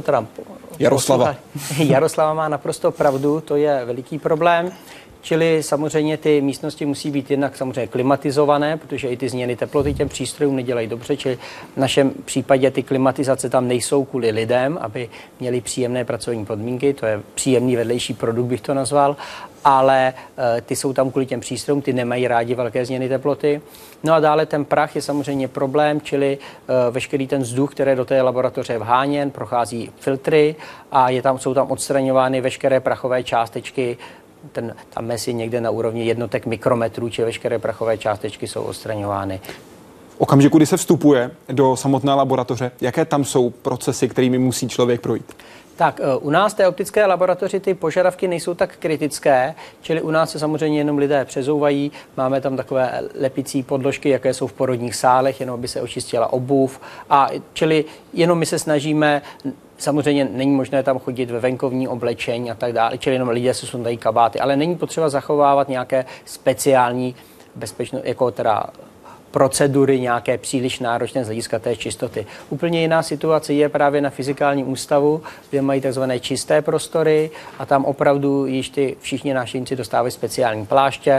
Jaroslava má naprosto pravdu, to je veliký problém. Čili samozřejmě ty místnosti musí být jednak samozřejmě klimatizované, protože i ty změny teploty těm přístrojům nedělají dobře, čili v našem případě ty klimatizace tam nejsou kvůli lidem, aby měli příjemné pracovní podmínky, to je příjemný vedlejší produkt, bych to nazval, ale ty jsou tam kvůli těm přístrojům, ty nemají rádi velké změny teploty. No a dále ten prach je samozřejmě problém, čili veškerý ten vzduch, který do té laboratoře je vháněn, prochází filtry a jsou tam odstraňovány veškeré prachové částečky. Ta mez je někde na úrovni jednotek mikrometrů, či veškeré prachové částečky jsou odstraňovány. V okamžiku, kdy se vstupuje do samotné laboratoře, jaké tam jsou procesy, kterými musí člověk projít? Tak u nás v té optické laboratoři ty požadavky nejsou tak kritické, čili u nás se samozřejmě jenom lidé přezouvají, máme tam takové lepicí podložky, jaké jsou v porodních sálech, jenom aby se očistila obuv a čili jenom my se snažíme. Samozřejmě není možné tam chodit ve venkovní oblečení a tak dále, čili jenom lidé se sundají kabáty, ale není potřeba zachovávat nějaké speciální bezpečnost, jako teda procedury nějaké příliš náročné z hlediska té čistoty. Úplně jiná situace je právě na Fyzikálním ústavu, kde mají takzvané čisté prostory a tam opravdu již všichni návštěvníci dostávají speciální pláště,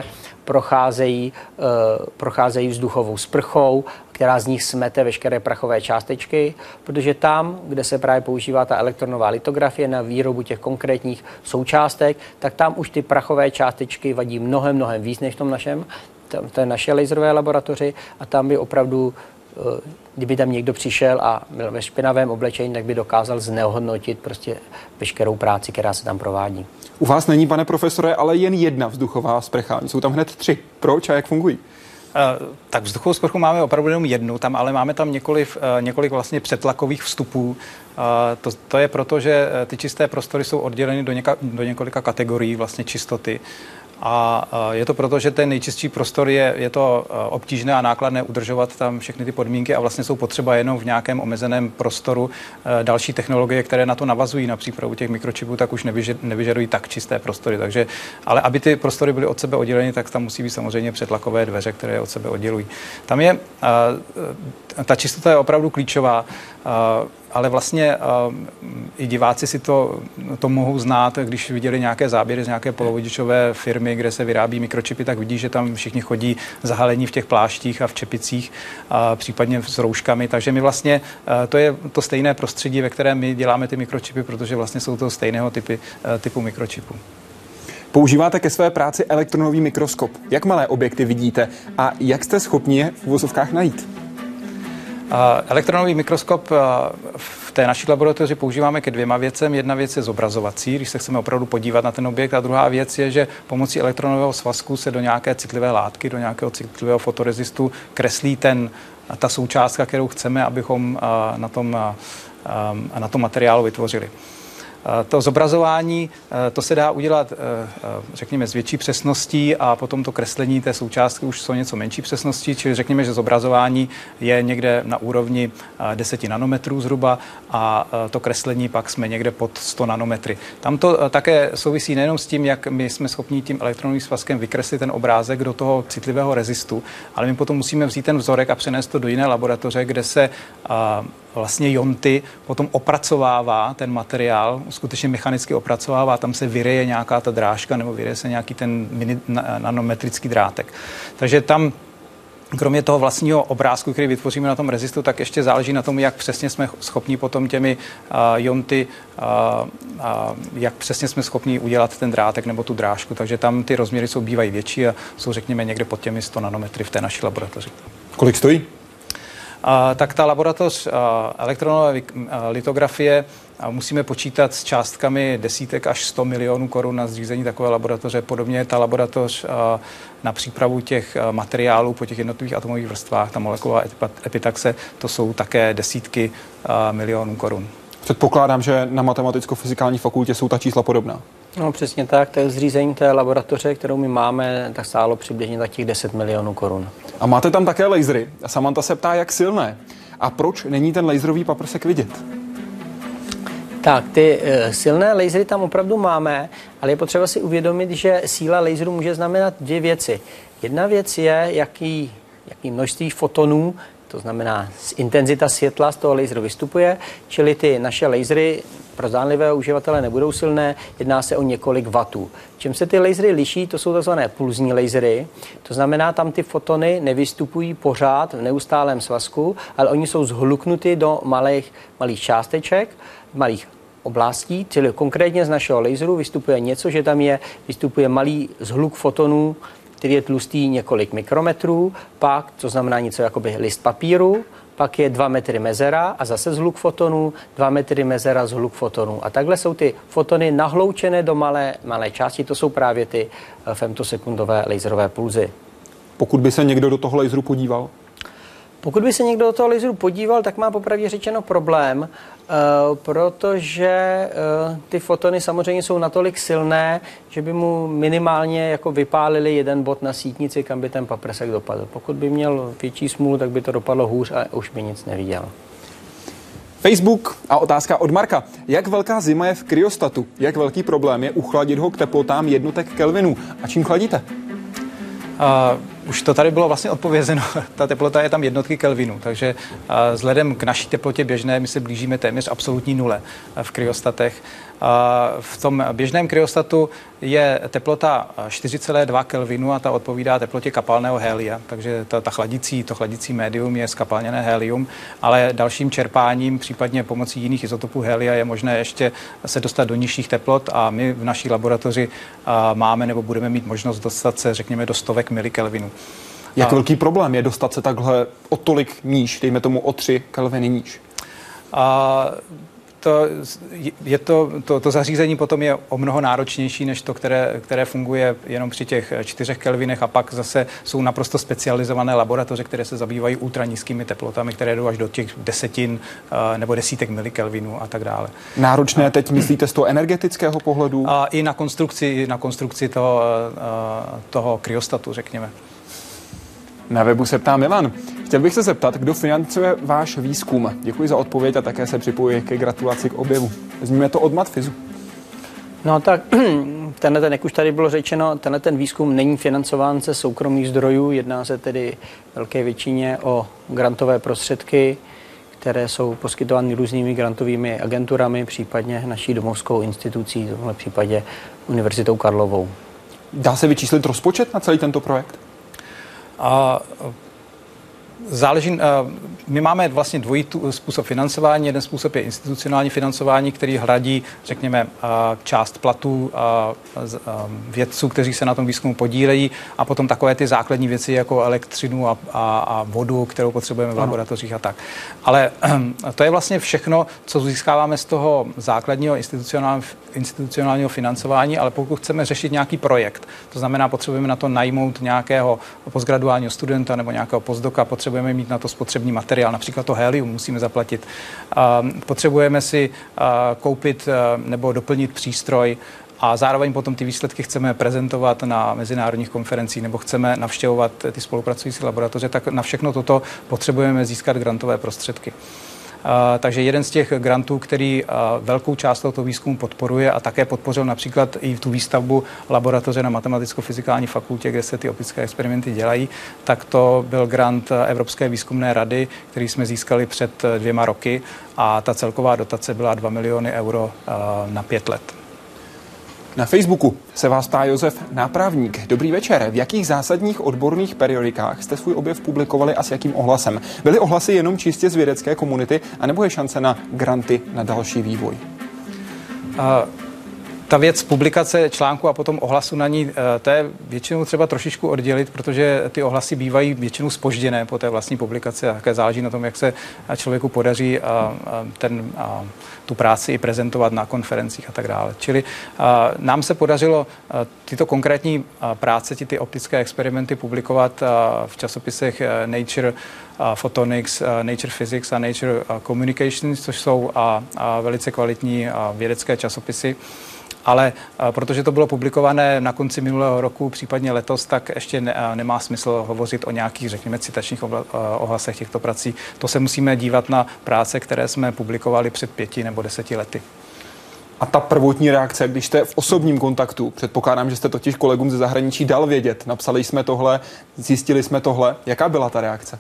procházejí vzduchovou sprchou, která z nich smete veškeré prachové částečky, protože tam, kde se právě používá ta elektronová litografie na výrobu těch konkrétních součástek, tak tam už ty prachové částečky vadí mnohem víc než v tom té naše laserové laboratoři a tam by opravdu, kdyby tam někdo přišel a byl ve špinavém oblečení, tak by dokázal znehodnotit prostě veškerou práci, která se tam provádí. U vás není, pane profesore, ale jen jedna vzduchová sprcha. Jsou tam hned 3. Proč a jak fungují? Tak vzduchovou sprchu máme opravdu jenom jednu, ale máme tam několik vlastně přetlakových vstupů. To je proto, že ty čisté prostory jsou odděleny do několika kategorií vlastně čistoty. A je to proto, že ten nejčistší prostor je to obtížné a nákladné udržovat tam všechny ty podmínky a vlastně jsou potřeba jenom v nějakém omezeném prostoru. Další technologie, které na to navazují na přípravu těch mikročipů, tak už nevyžadují tak čisté prostory. Takže, ale aby ty prostory byly od sebe odděleny, tak tam musí být samozřejmě přetlakové dveře, které je od sebe oddělují. Tam je ta čistota je opravdu klíčová. Ale vlastně i diváci si to mohou znát, když viděli nějaké záběry z nějaké polovodičové firmy, kde se vyrábí mikročipy, tak vidí, že tam všichni chodí zahalení v těch pláštích a v čepicích, případně s rouškami. Takže my vlastně, to je to stejné prostředí, ve kterém my děláme ty mikročipy, protože vlastně jsou to stejného typu mikročipů. Používáte ke své práci elektronový mikroskop. Jak malé objekty vidíte a jak jste schopni je v uvozovkách najít? Elektronový mikroskop v té naší laboratoři používáme ke 2 věcem. Jedna věc je zobrazovací, když se chceme opravdu podívat na ten objekt, a druhá věc je, že pomocí elektronového svazku se do nějaké citlivé látky, do nějakého citlivého fotorezistu kreslí ta součástka, kterou chceme, abychom na tom materiálu vytvořili. To zobrazování, to se dá udělat, řekněme, s větší přesností a potom to kreslení té součástky už jsou něco menší přesností, čili řekněme, že zobrazování je někde na úrovni 10 nanometrů zhruba a to kreslení pak jsme někde pod 100 nanometry. Tam to také souvisí nejenom s tím, jak my jsme schopni tím elektronovým svazkem vykreslit ten obrázek do toho citlivého rezistu, ale my potom musíme vzít ten vzorek a přenést to do jiné laboratoře, kde se vlastně jonty potom opracovává ten materiál, skutečně mechanicky opracovává, tam se vyryje nějaká ta drážka nebo vyryje se nějaký ten nanometrický drátek. Takže tam kromě toho vlastního obrázku, který vytvoříme na tom rezistu, tak ještě záleží na tom, jak přesně jsme schopni potom těmi jonty, jak přesně jsme schopni udělat ten drátek nebo tu drážku. Takže tam ty rozměry bývají větší a jsou, řekněme, někde pod těmi 100 nanometry v té naší laboratoři. Kolik stojí? Tak ta laboratoř elektronové litografie musíme počítat s částkami desítek až 100 milionů korun na zřízení takové laboratoře. Podobně ta laboratoř na přípravu těch materiálů po těch jednotlivých atomových vrstvách, ta molekulová epitaxe, to jsou také desítky milionů korun. Předpokládám, že na Matematicko-fyzikální fakultě jsou ta čísla podobná. No přesně tak, to je zřízení té laboratoře, kterou my máme, tak stálo přibližně tak těch 10 milionů korun. A máte tam také lasery. Samantha se ptá, jak silné. A proč není ten laserový paprsek vidět? Tak, ty silné lasery tam opravdu máme, ale je potřeba si uvědomit, že síla laseru může znamenat 2 věci. Jedna věc je, jaký množství fotonů, to znamená intenzita světla z toho laseru vystupuje, čili ty naše lasery pro zdánlivého uživatele nebudou silné, jedná se o několik wattů. Čím se ty lasery liší, to jsou takzvané pulzní lasery, to znamená, tam ty fotony nevystupují pořád v neustálém svazku, ale oni jsou zhluknuty do malých částeček, malých oblastí, čili konkrétně z našeho laseru vystupuje něco, že tam vystupuje malý zhluk fotonů, který je tlustý několik mikrometrů, pak, to znamená něco jako by list papíru, pak je 2 metry mezera a zase zhluk fotonů, 2 metry mezera, zhluk fotonů. A takhle jsou ty fotony nahloučené do malé části, to jsou právě ty femtosekundové laserové pulzy. Pokud by se někdo do toho laseru podíval? Pokud by se někdo do toho laseru podíval, tak má popravdě řečeno problém, protože ty fotony samozřejmě jsou natolik silné, že by mu minimálně jako vypálili jeden bod na sítnici, kam by ten paprsek dopadl. Pokud by měl větší smůlu, tak by to dopadlo hůř a už by nic neviděl. Facebook a otázka od Marka. Jak velká zima je v kryostatu? Jak velký problém je uchladit ho k teplotám jednotek Kelvinů? A čím chladíte? Už to tady bylo vlastně odpovězeno. Ta teplota je tam jednotky Kelvinu, takže vzhledem k naší teplotě běžné my se blížíme téměř absolutní nule v kryostatech. V tom běžném kryostatu je teplota 4,2 Kelvinu a ta odpovídá teplotě kapalného helia, takže to chladící médium je skapalněné helium, ale dalším čerpáním, případně pomocí jiných izotopů helia, je možné ještě se dostat do nižších teplot a my v naší laboratoři máme nebo budeme mít možnost dostat se, řekněme, do stovek milikelvinů. Jak velký problém je dostat se takhle o tolik níž, dejme tomu o 3 kelviny níž? To zařízení potom je o mnoho náročnější než to, které funguje jenom při těch 4 kelvinech a pak zase jsou naprosto specializované laboratoře, které se zabývají ultranízkými teplotami, které jdou až do těch desetin nebo desítek milikelvinů a tak dále. Náročné teď myslíte z toho energetického pohledu? I na konstrukci toho kryostatu, řekněme. Na webu se ptá Milan. Chtěl bych se zeptat, kdo financuje váš výzkum. Děkuji za odpověď a také se připojuji ke gratulaci k objevu. Vezmeme to od Matfizu. No tak, jak už tady bylo řečeno, ten výzkum není financován ze soukromých zdrojů, jedná se tedy velké většině o grantové prostředky, které jsou poskytovány různými grantovými agenturami, případně naší domovskou institucí, v tomhle případě Univerzitou Karlovou. Dá se vyčíslit rozpočet na celý tento projekt? Záleží, my máme vlastně dvojí způsob financování. Jeden způsob je institucionální financování, který hradí, řekněme, část platů vědců, kteří se na tom výzkumu podílejí, a potom takové ty základní věci jako elektřinu a vodu, kterou potřebujeme v laboratořích a tak. Ale to je vlastně všechno, co získáváme z toho základního institucionálního financování, ale pokud chceme řešit nějaký projekt, to znamená, potřebujeme na to najmout nějakého postgraduálního studenta nebo nějakého postdoka, potřebujeme mít na to spotřební materiál, například to helium musíme zaplatit. Potřebujeme si koupit nebo doplnit přístroj a zároveň potom ty výsledky chceme prezentovat na mezinárodních konferencích nebo chceme navštěvovat ty spolupracující laboratoře, tak na všechno toto potřebujeme získat grantové prostředky. Takže jeden z těch grantů, který velkou část tohoto výzkumu podporuje a také podpořil například i tu výstavbu laboratoře na Matematicko-fyzikální fakultě, kde se ty optické experimenty dělají, tak to byl grant Evropské výzkumné rady, který jsme získali před 2 roky a ta celková dotace byla 2 miliony euro na 5 let. Na Facebooku se vás ptá Josef Nápravník. Dobrý večer. V jakých zásadních odborných periodikách jste svůj objev publikovali a s jakým ohlasem? Byly ohlasy jenom čistě z vědecké komunity, anebo je šance na granty na další vývoj? Ta věc publikace článku a potom ohlasu na ní, to je většinou třeba trošičku oddělit, protože ty ohlasy bývají většinou zpožděné po té vlastní publikaci a také záleží na tom, jak se člověku podaří tu práci i prezentovat na konferencích a tak dále. Čili nám se podařilo tyto konkrétní práce, ty optické experimenty publikovat v časopisech Nature Photonics, Nature Physics a Nature Communications, což jsou velice kvalitní vědecké časopisy. Ale protože to bylo publikované na konci minulého roku, případně letos, tak ještě nemá smysl hovořit o nějakých, řekněme, citačních ohlasech těchto prací. To se musíme dívat na práce, které jsme publikovali před 5 nebo 10 lety. A ta prvotní reakce, když jste v osobním kontaktu, předpokládám, že jste totiž kolegům ze zahraničí dal vědět, napsali jsme tohle, zjistili jsme tohle, jaká byla ta reakce?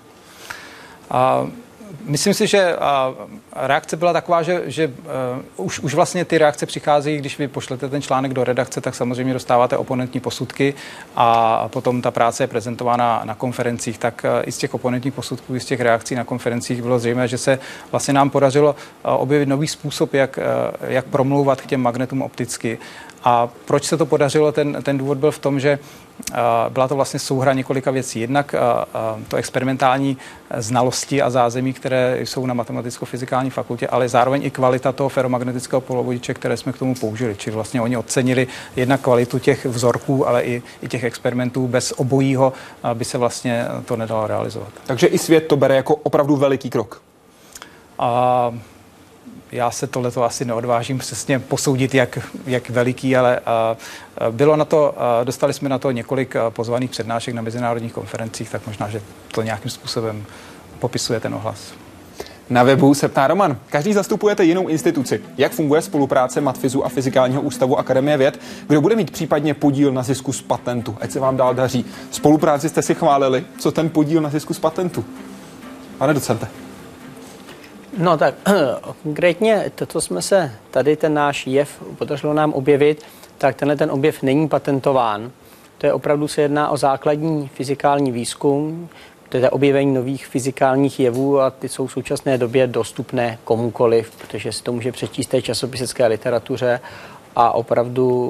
Myslím si, že reakce byla taková, že už vlastně ty reakce přicházejí, když vy pošlete ten článek do redakce, tak samozřejmě dostáváte oponentní posudky a potom ta práce je prezentována na konferencích, tak i z těch oponentních posudků, i z těch reakcí na konferencích bylo zřejmé, že se vlastně nám podařilo objevit nový způsob, jak promlouvat k těm magnetům opticky. A proč se to podařilo? Ten důvod byl v tom, že byla to vlastně souhra několika věcí. Jednak to experimentální znalosti a zázemí, které jsou na Matematicko-fyzikální fakultě, ale zároveň i kvalita toho feromagnetického polovodiče, které jsme k tomu použili. Čili vlastně oni ocenili jednak kvalitu těch vzorků, ale i těch experimentů. Bez obojího by se vlastně to nedalo realizovat. Takže i svět to bere jako opravdu veliký krok. Já se tohleto asi neodvážím přesně posoudit, jak veliký, ale bylo na to, dostali jsme na to několik pozvaných přednášek na mezinárodních konferencích, tak možná, že to nějakým způsobem popisuje ten ohlas. Na webu se ptá Roman. Každý zastupujete jinou instituci. Jak funguje spolupráce Matfizu a Fyzikálního ústavu Akademie věd? Kdo bude mít případně podíl na zisku z patentu? Ať se vám dál daří. Spolupráci jste si chválili. Co ten podíl na zisku z patentu? Pane docente. No tak konkrétně to, co jsme se tady ten náš jev podařilo nám objevit, tak ten objev není patentován. To je opravdu se jedná o základní fyzikální výzkum, to je objevení nových fyzikálních jevů a ty jsou v současné době dostupné komukoliv, protože si to může přečíst té časopisecké literatuře a opravdu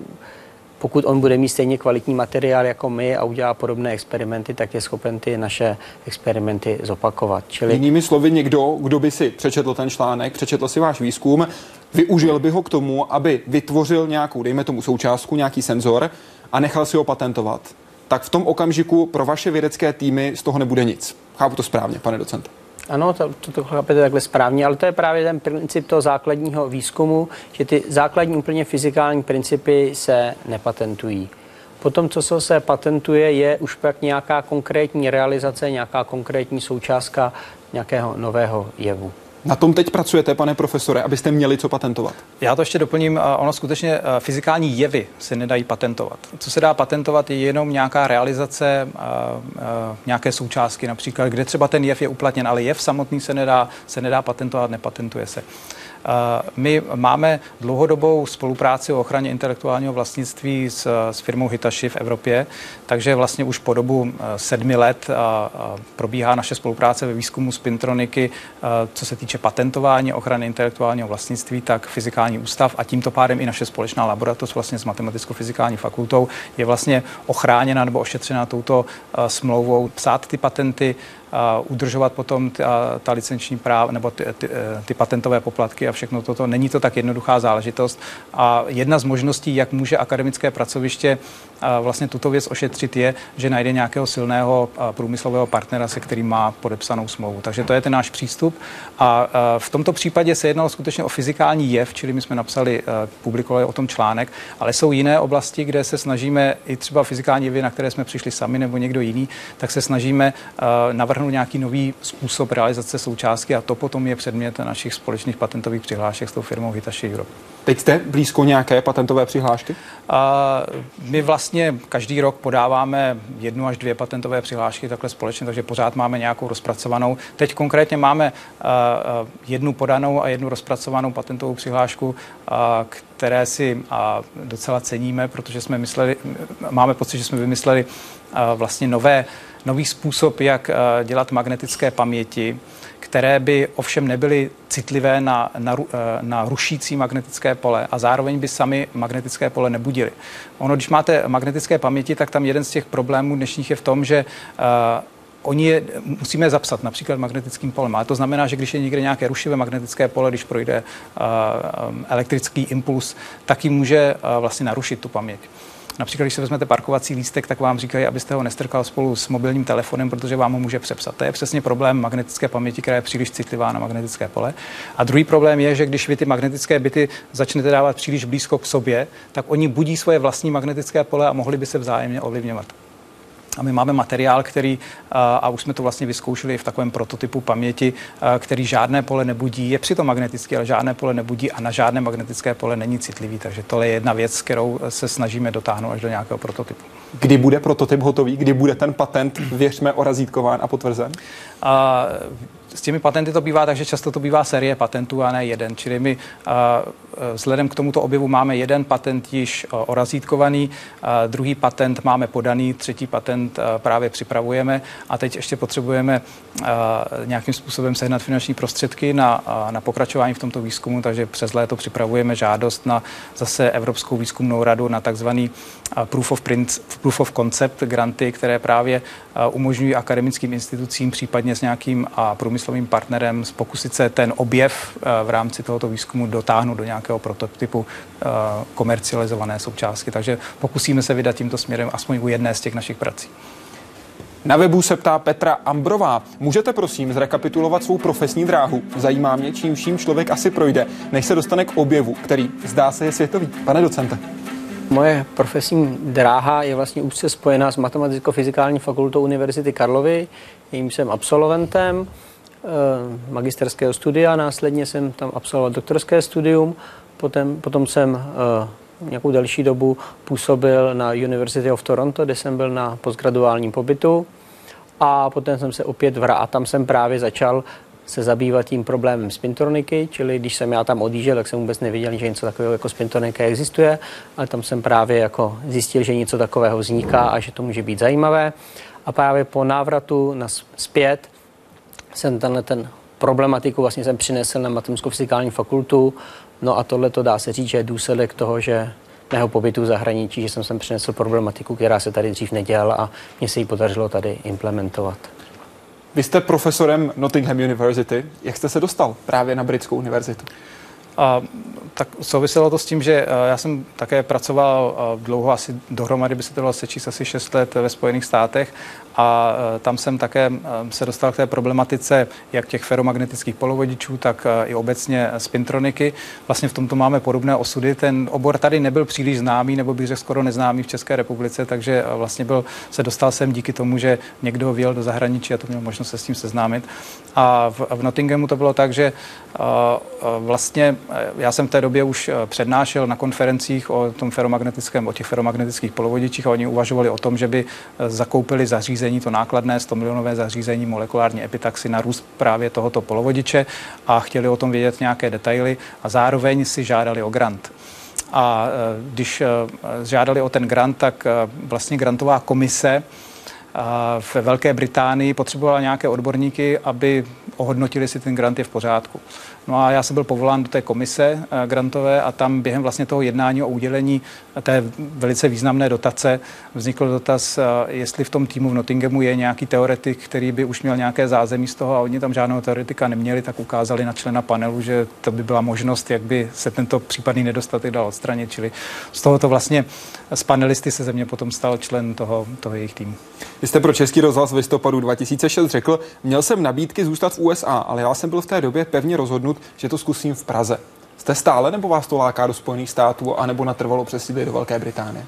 pokud on bude mít stejně kvalitní materiál jako my a udělá podobné experimenty, tak je schopen ty naše experimenty zopakovat. Čili... Jinými slovy, někdo, kdo by si přečetl ten článek, přečetl si váš výzkum, využil by ho k tomu, aby vytvořil nějakou, dejme tomu součástku, nějaký senzor a nechal si ho patentovat. Tak v tom okamžiku pro vaše vědecké týmy z toho nebude nic. Chápu to správně, pane docente? Ano, to chápete takhle správně, ale to je právě ten princip toho základního výzkumu, že ty základní úplně fyzikální principy se nepatentují. Potom, co se patentuje, je už pak nějaká konkrétní realizace, nějaká konkrétní součástka nějakého nového jevu. Na tom teď pracujete, pane profesore, abyste měli co patentovat? Já to ještě doplním. Ono skutečně fyzikální jevy se nedají patentovat. Co se dá patentovat, je jenom nějaká realizace nějaké součástky, například, kde třeba ten jev je uplatněn, ale jev samotný se nedá patentovat, nepatentuje se. My máme dlouhodobou spolupráci o ochraně intelektuálního vlastnictví s firmou Hitachi v Evropě, takže vlastně už po dobu 7 let probíhá naše spolupráce ve výzkumu spintroniky, co se týče patentování ochrany intelektuálního vlastnictví, tak Fyzikální ústav a tímto pádem i naše společná laboratoř vlastně s Matematicko-fyzikální fakultou je vlastně ochráněna nebo ošetřena touto smlouvou. Psát ty patenty, udržovat potom ta licenční práva nebo ty patentové poplatky a všechno toto. Není to tak jednoduchá záležitost. A jedna z možností, jak může akademické pracoviště vlastně tuto věc ošetřit, je, že najde nějakého silného průmyslového partnera, se kterým má podepsanou smlouvu. Takže to je ten náš přístup. A v tomto případě se jednalo skutečně o fyzikální jev, čili my jsme napsali, publikovali o tom článek, ale jsou jiné oblasti, kde se snažíme i třeba fyzikální jevy, na které jsme přišli sami nebo někdo jiný, tak se snažíme navrhnout nějaký nový způsob realizace součástky a to potom je předmět našich společných patentových přihlášek s tou firmou Hitachi Europe. Teď jste blízko nějaké patentové přihlášky? My vlastně každý rok podáváme 1 až 2 patentové přihlášky takhle společně, takže pořád máme nějakou rozpracovanou. Teď konkrétně máme 1 podanou a 1 rozpracovanou patentovou přihlášku, které si docela ceníme, protože máme pocit, že jsme vymysleli vlastně nový způsob, jak dělat magnetické paměti, které by ovšem nebyly citlivé na rušící magnetické pole a zároveň by sami magnetické pole nebudily. Ono, když máte magnetické paměti, tak tam jeden z těch problémů dnešních je v tom, že oni je musíme zapsat například magnetickým polem. Ale to znamená, že když je někde nějaké rušivé magnetické pole, když projde elektrický impuls, tak ji může vlastně narušit tu paměť. Například, když si vezmete parkovací lístek, tak vám říkají, abyste ho nestrkal spolu s mobilním telefonem, protože vám ho může přepsat. To je přesně problém magnetické paměti, která je příliš citlivá na magnetické pole. A druhý problém je, že když vy ty magnetické bity začnete dávat příliš blízko k sobě, tak oni budí svoje vlastní magnetické pole a mohli by se vzájemně ovlivňovat. A my máme materiál, který, a už jsme to vlastně vyzkoušeli v takovém prototypu paměti, který žádné pole nebudí, je přitom magnetický, ale žádné pole nebudí a na žádné magnetické pole není citlivý. Takže tohle je jedna věc, kterou se snažíme dotáhnout až do nějakého prototypu. Kdy bude prototyp hotový? Kdy bude ten patent, věřme, orazítkován a potvrzen? S těmi patenty to bývá tak, že často to bývá série patentů a ne jeden. Čili my vzhledem k tomuto objevu máme 1 patent již orazítkovaný, druhý patent máme podaný, 3. patent právě připravujeme a teď ještě potřebujeme nějakým způsobem sehnat finanční prostředky na pokračování v tomto výzkumu, takže přes léto připravujeme žádost na zase Evropskou výzkumnou radu na takzvaný proof of concept granty, které právě umožňují akademickým institucím, případně s nějakým průmyslovým partnerem pokusit se ten objev v rámci tohoto výzkumu dotáhnout do nějakého prototypu komercializované součástky. Takže pokusíme se vydat tímto směrem aspoň u jedné z těch našich prací. Na webu se ptá Petra Ambrová. Můžete prosím zrekapitulovat svou profesní dráhu? Zajímá mě, čím vším člověk asi projde, než se dostane k objevu, který zdá se je světový. Pane docente. Moje profesní dráha je vlastně úzce spojená s Matematicko-fyzikální fakultou Univerzity Karlovy, jejím jsem absolventem. magisterského studia, následně jsem tam absolvoval doktorské studium, potom jsem nějakou další dobu působil na University of Toronto, kde jsem byl na postgraduálním pobytu a potom jsem se opět vrátil a tam jsem právě začal se zabývat tím problémem spintroniky, čili když jsem já tam odjížděl, tak jsem vůbec nevěděl, že něco takového jako spintronika existuje, ale tam jsem právě jako zjistil, že něco takového vzniká a že to může být zajímavé. A právě po návratu zpět jsem ten problematiku vlastně jsem přinesl na Matematicko-fyzikální fakultu. No a tohle to dá se říct, že je důsledek toho, že mého pobytu v zahraničí, že jsem sem přinesl problematiku, která se tady dřív nedělala a mně se ji podařilo tady implementovat. Vy jste profesorem Nottingham University. Jak jste se dostal právě na Britskou univerzitu? Tak souviselo to s tím, že já jsem také pracoval dlouho, asi dohromady by se to dalo sečíst asi 6 let ve Spojených státech a tam jsem také se dostal k té problematice jak těch feromagnetických polovodičů, tak i obecně spintroniky. Vlastně v tomto máme podobné osudy. Ten obor tady nebyl příliš známý, nebo bych řekl skoro neznámý v České republice, takže vlastně se dostal jsem díky tomu, že někdo vyjel do zahraničí a to měl možnost se s tím seznámit. A v Nottinghamu to bylo tak, že vlastně já jsem v té době už přednášel na konferencích o těch feromagnetických polovodičích a oni uvažovali o tom, že by zakoupili zařízení, to nákladné 100 milionové zařízení molekulární epitaxy na růst právě tohoto polovodiče a chtěli o tom vědět nějaké detaily a zároveň si žádali o grant. A když žádali o ten grant, tak vlastně grantová komise ve Velké Británii potřebovala nějaké odborníky, aby ohodnotili, jestli ten grant je v pořádku. No a já jsem byl povolán do té komise grantové a tam během vlastně toho jednání o udělení té velice významné dotace vznikl dotaz, jestli v tom týmu v Nottinghamu je nějaký teoretik, který by už měl nějaké zázemí z toho a oni tam žádného teoretika neměli, tak ukázali na člena panelu, že to by byla možnost, jak by se tento případný nedostatek dal odstranit. Čili z tohoto vlastně z panelisty se ze mě potom stal člen toho jejich týmu. Vy jste pro Český rozhlas v listopadu 2006 řekl, měl jsem nabídky zůstat v USA, ale já jsem byl v té době pevně rozhodnut, že to zkusím v Praze. Jste stále, nebo vás to láká do Spojených států, anebo natrvalo přesídlit do Velké Británie?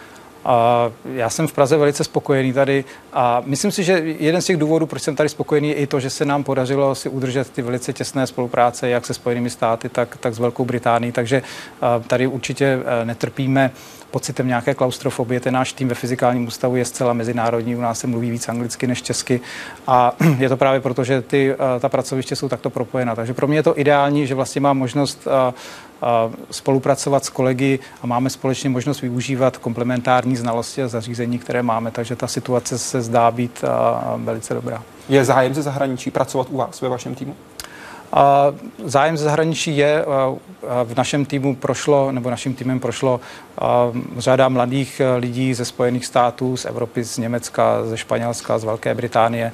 Já jsem v Praze velice spokojený tady a myslím si, že jeden z těch důvodů, proč jsem tady spokojený, je i to, že se nám podařilo si udržet ty velice těsné spolupráce jak se Spojenými státy, tak s Velkou Británií, takže tady určitě netrpíme pocitem nějaké klaustrofobie. Ten náš tým ve Fyzikálním ústavu je zcela mezinárodní, u nás se mluví víc anglicky než česky a je to právě proto, že ta pracoviště jsou takto propojená. Takže pro mě je to ideální, že vlastně mám možnost spolupracovat s kolegy a máme společně možnost využívat komplementární znalosti a zařízení, které máme, takže ta situace se zdá být velice dobrá. Je zájem ze zahraničí pracovat u vás ve vašem týmu? Zájem ze zahraničí je, v našem týmu naším týmem prošlo řada mladých lidí ze Spojených států, z Evropy, z Německa, ze Španělska, z Velké Británie,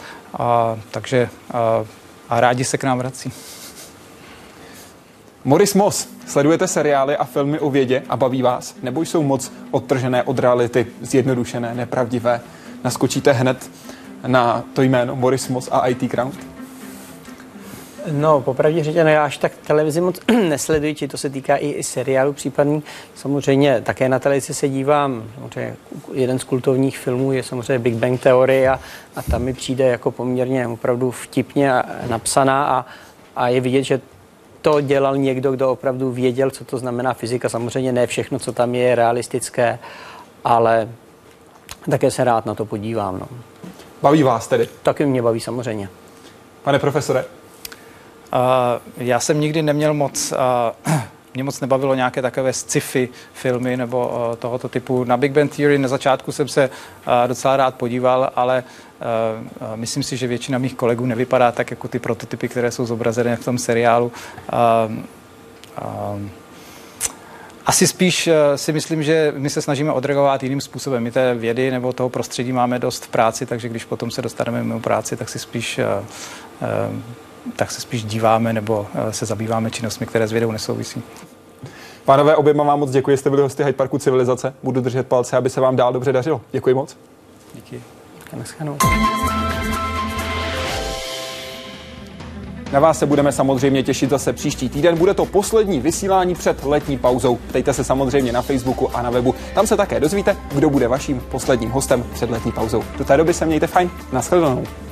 takže rádi se k nám vrací. Maurice Moss, sledujete seriály a filmy o vědě a baví vás? Nebo jsou moc odtržené od reality, zjednodušené, nepravdivé? Naskočíte hned na to jméno Maurice Moss a IT Crowd? No, popravdě řečeno, já až tak televizi moc nesleduji, či to se týká i seriálu případný. Samozřejmě také na televizi se dívám, jeden z kultovních filmů je samozřejmě Big Bang Theory a tam mi přijde jako poměrně opravdu vtipně napsaná a je vidět, že to dělal někdo, kdo opravdu věděl, co to znamená fyzika. Samozřejmě ne všechno, co tam je realistické, ale také se rád na to podívám. No. Baví vás tedy? Taky mě baví samozřejmě. Pane profesore? Já jsem nikdy neměl mě moc nebavilo nějaké takové sci-fi filmy nebo tohoto typu. Na Big Bang Theory na začátku jsem se docela rád podíval, ale myslím si, že většina mých kolegů nevypadá tak jako ty prototypy, které jsou zobrazené v tom seriálu. Asi spíš si myslím, že my se snažíme odreagovat jiným způsobem. My té vědy nebo toho prostředí máme dost v práci, takže když potom se dostaneme mimo práci, tak se spíš díváme nebo se zabýváme činnostmi, které s vědou nesouvisí. Pánové, oběma vám moc děkuji, jste byli hosty Hyde Parku Civilizace. Budu držet palce, aby se vám dál dobře dařilo. Děkuji moc. Díky. Na vás se budeme samozřejmě těšit zase příští týden. Bude to poslední vysílání před letní pauzou. Ptejte se samozřejmě na Facebooku a na webu. Tam se také dozvíte, kdo bude vaším posledním hostem před letní pauzou. Do té doby se mějte fajn. Nashledanou.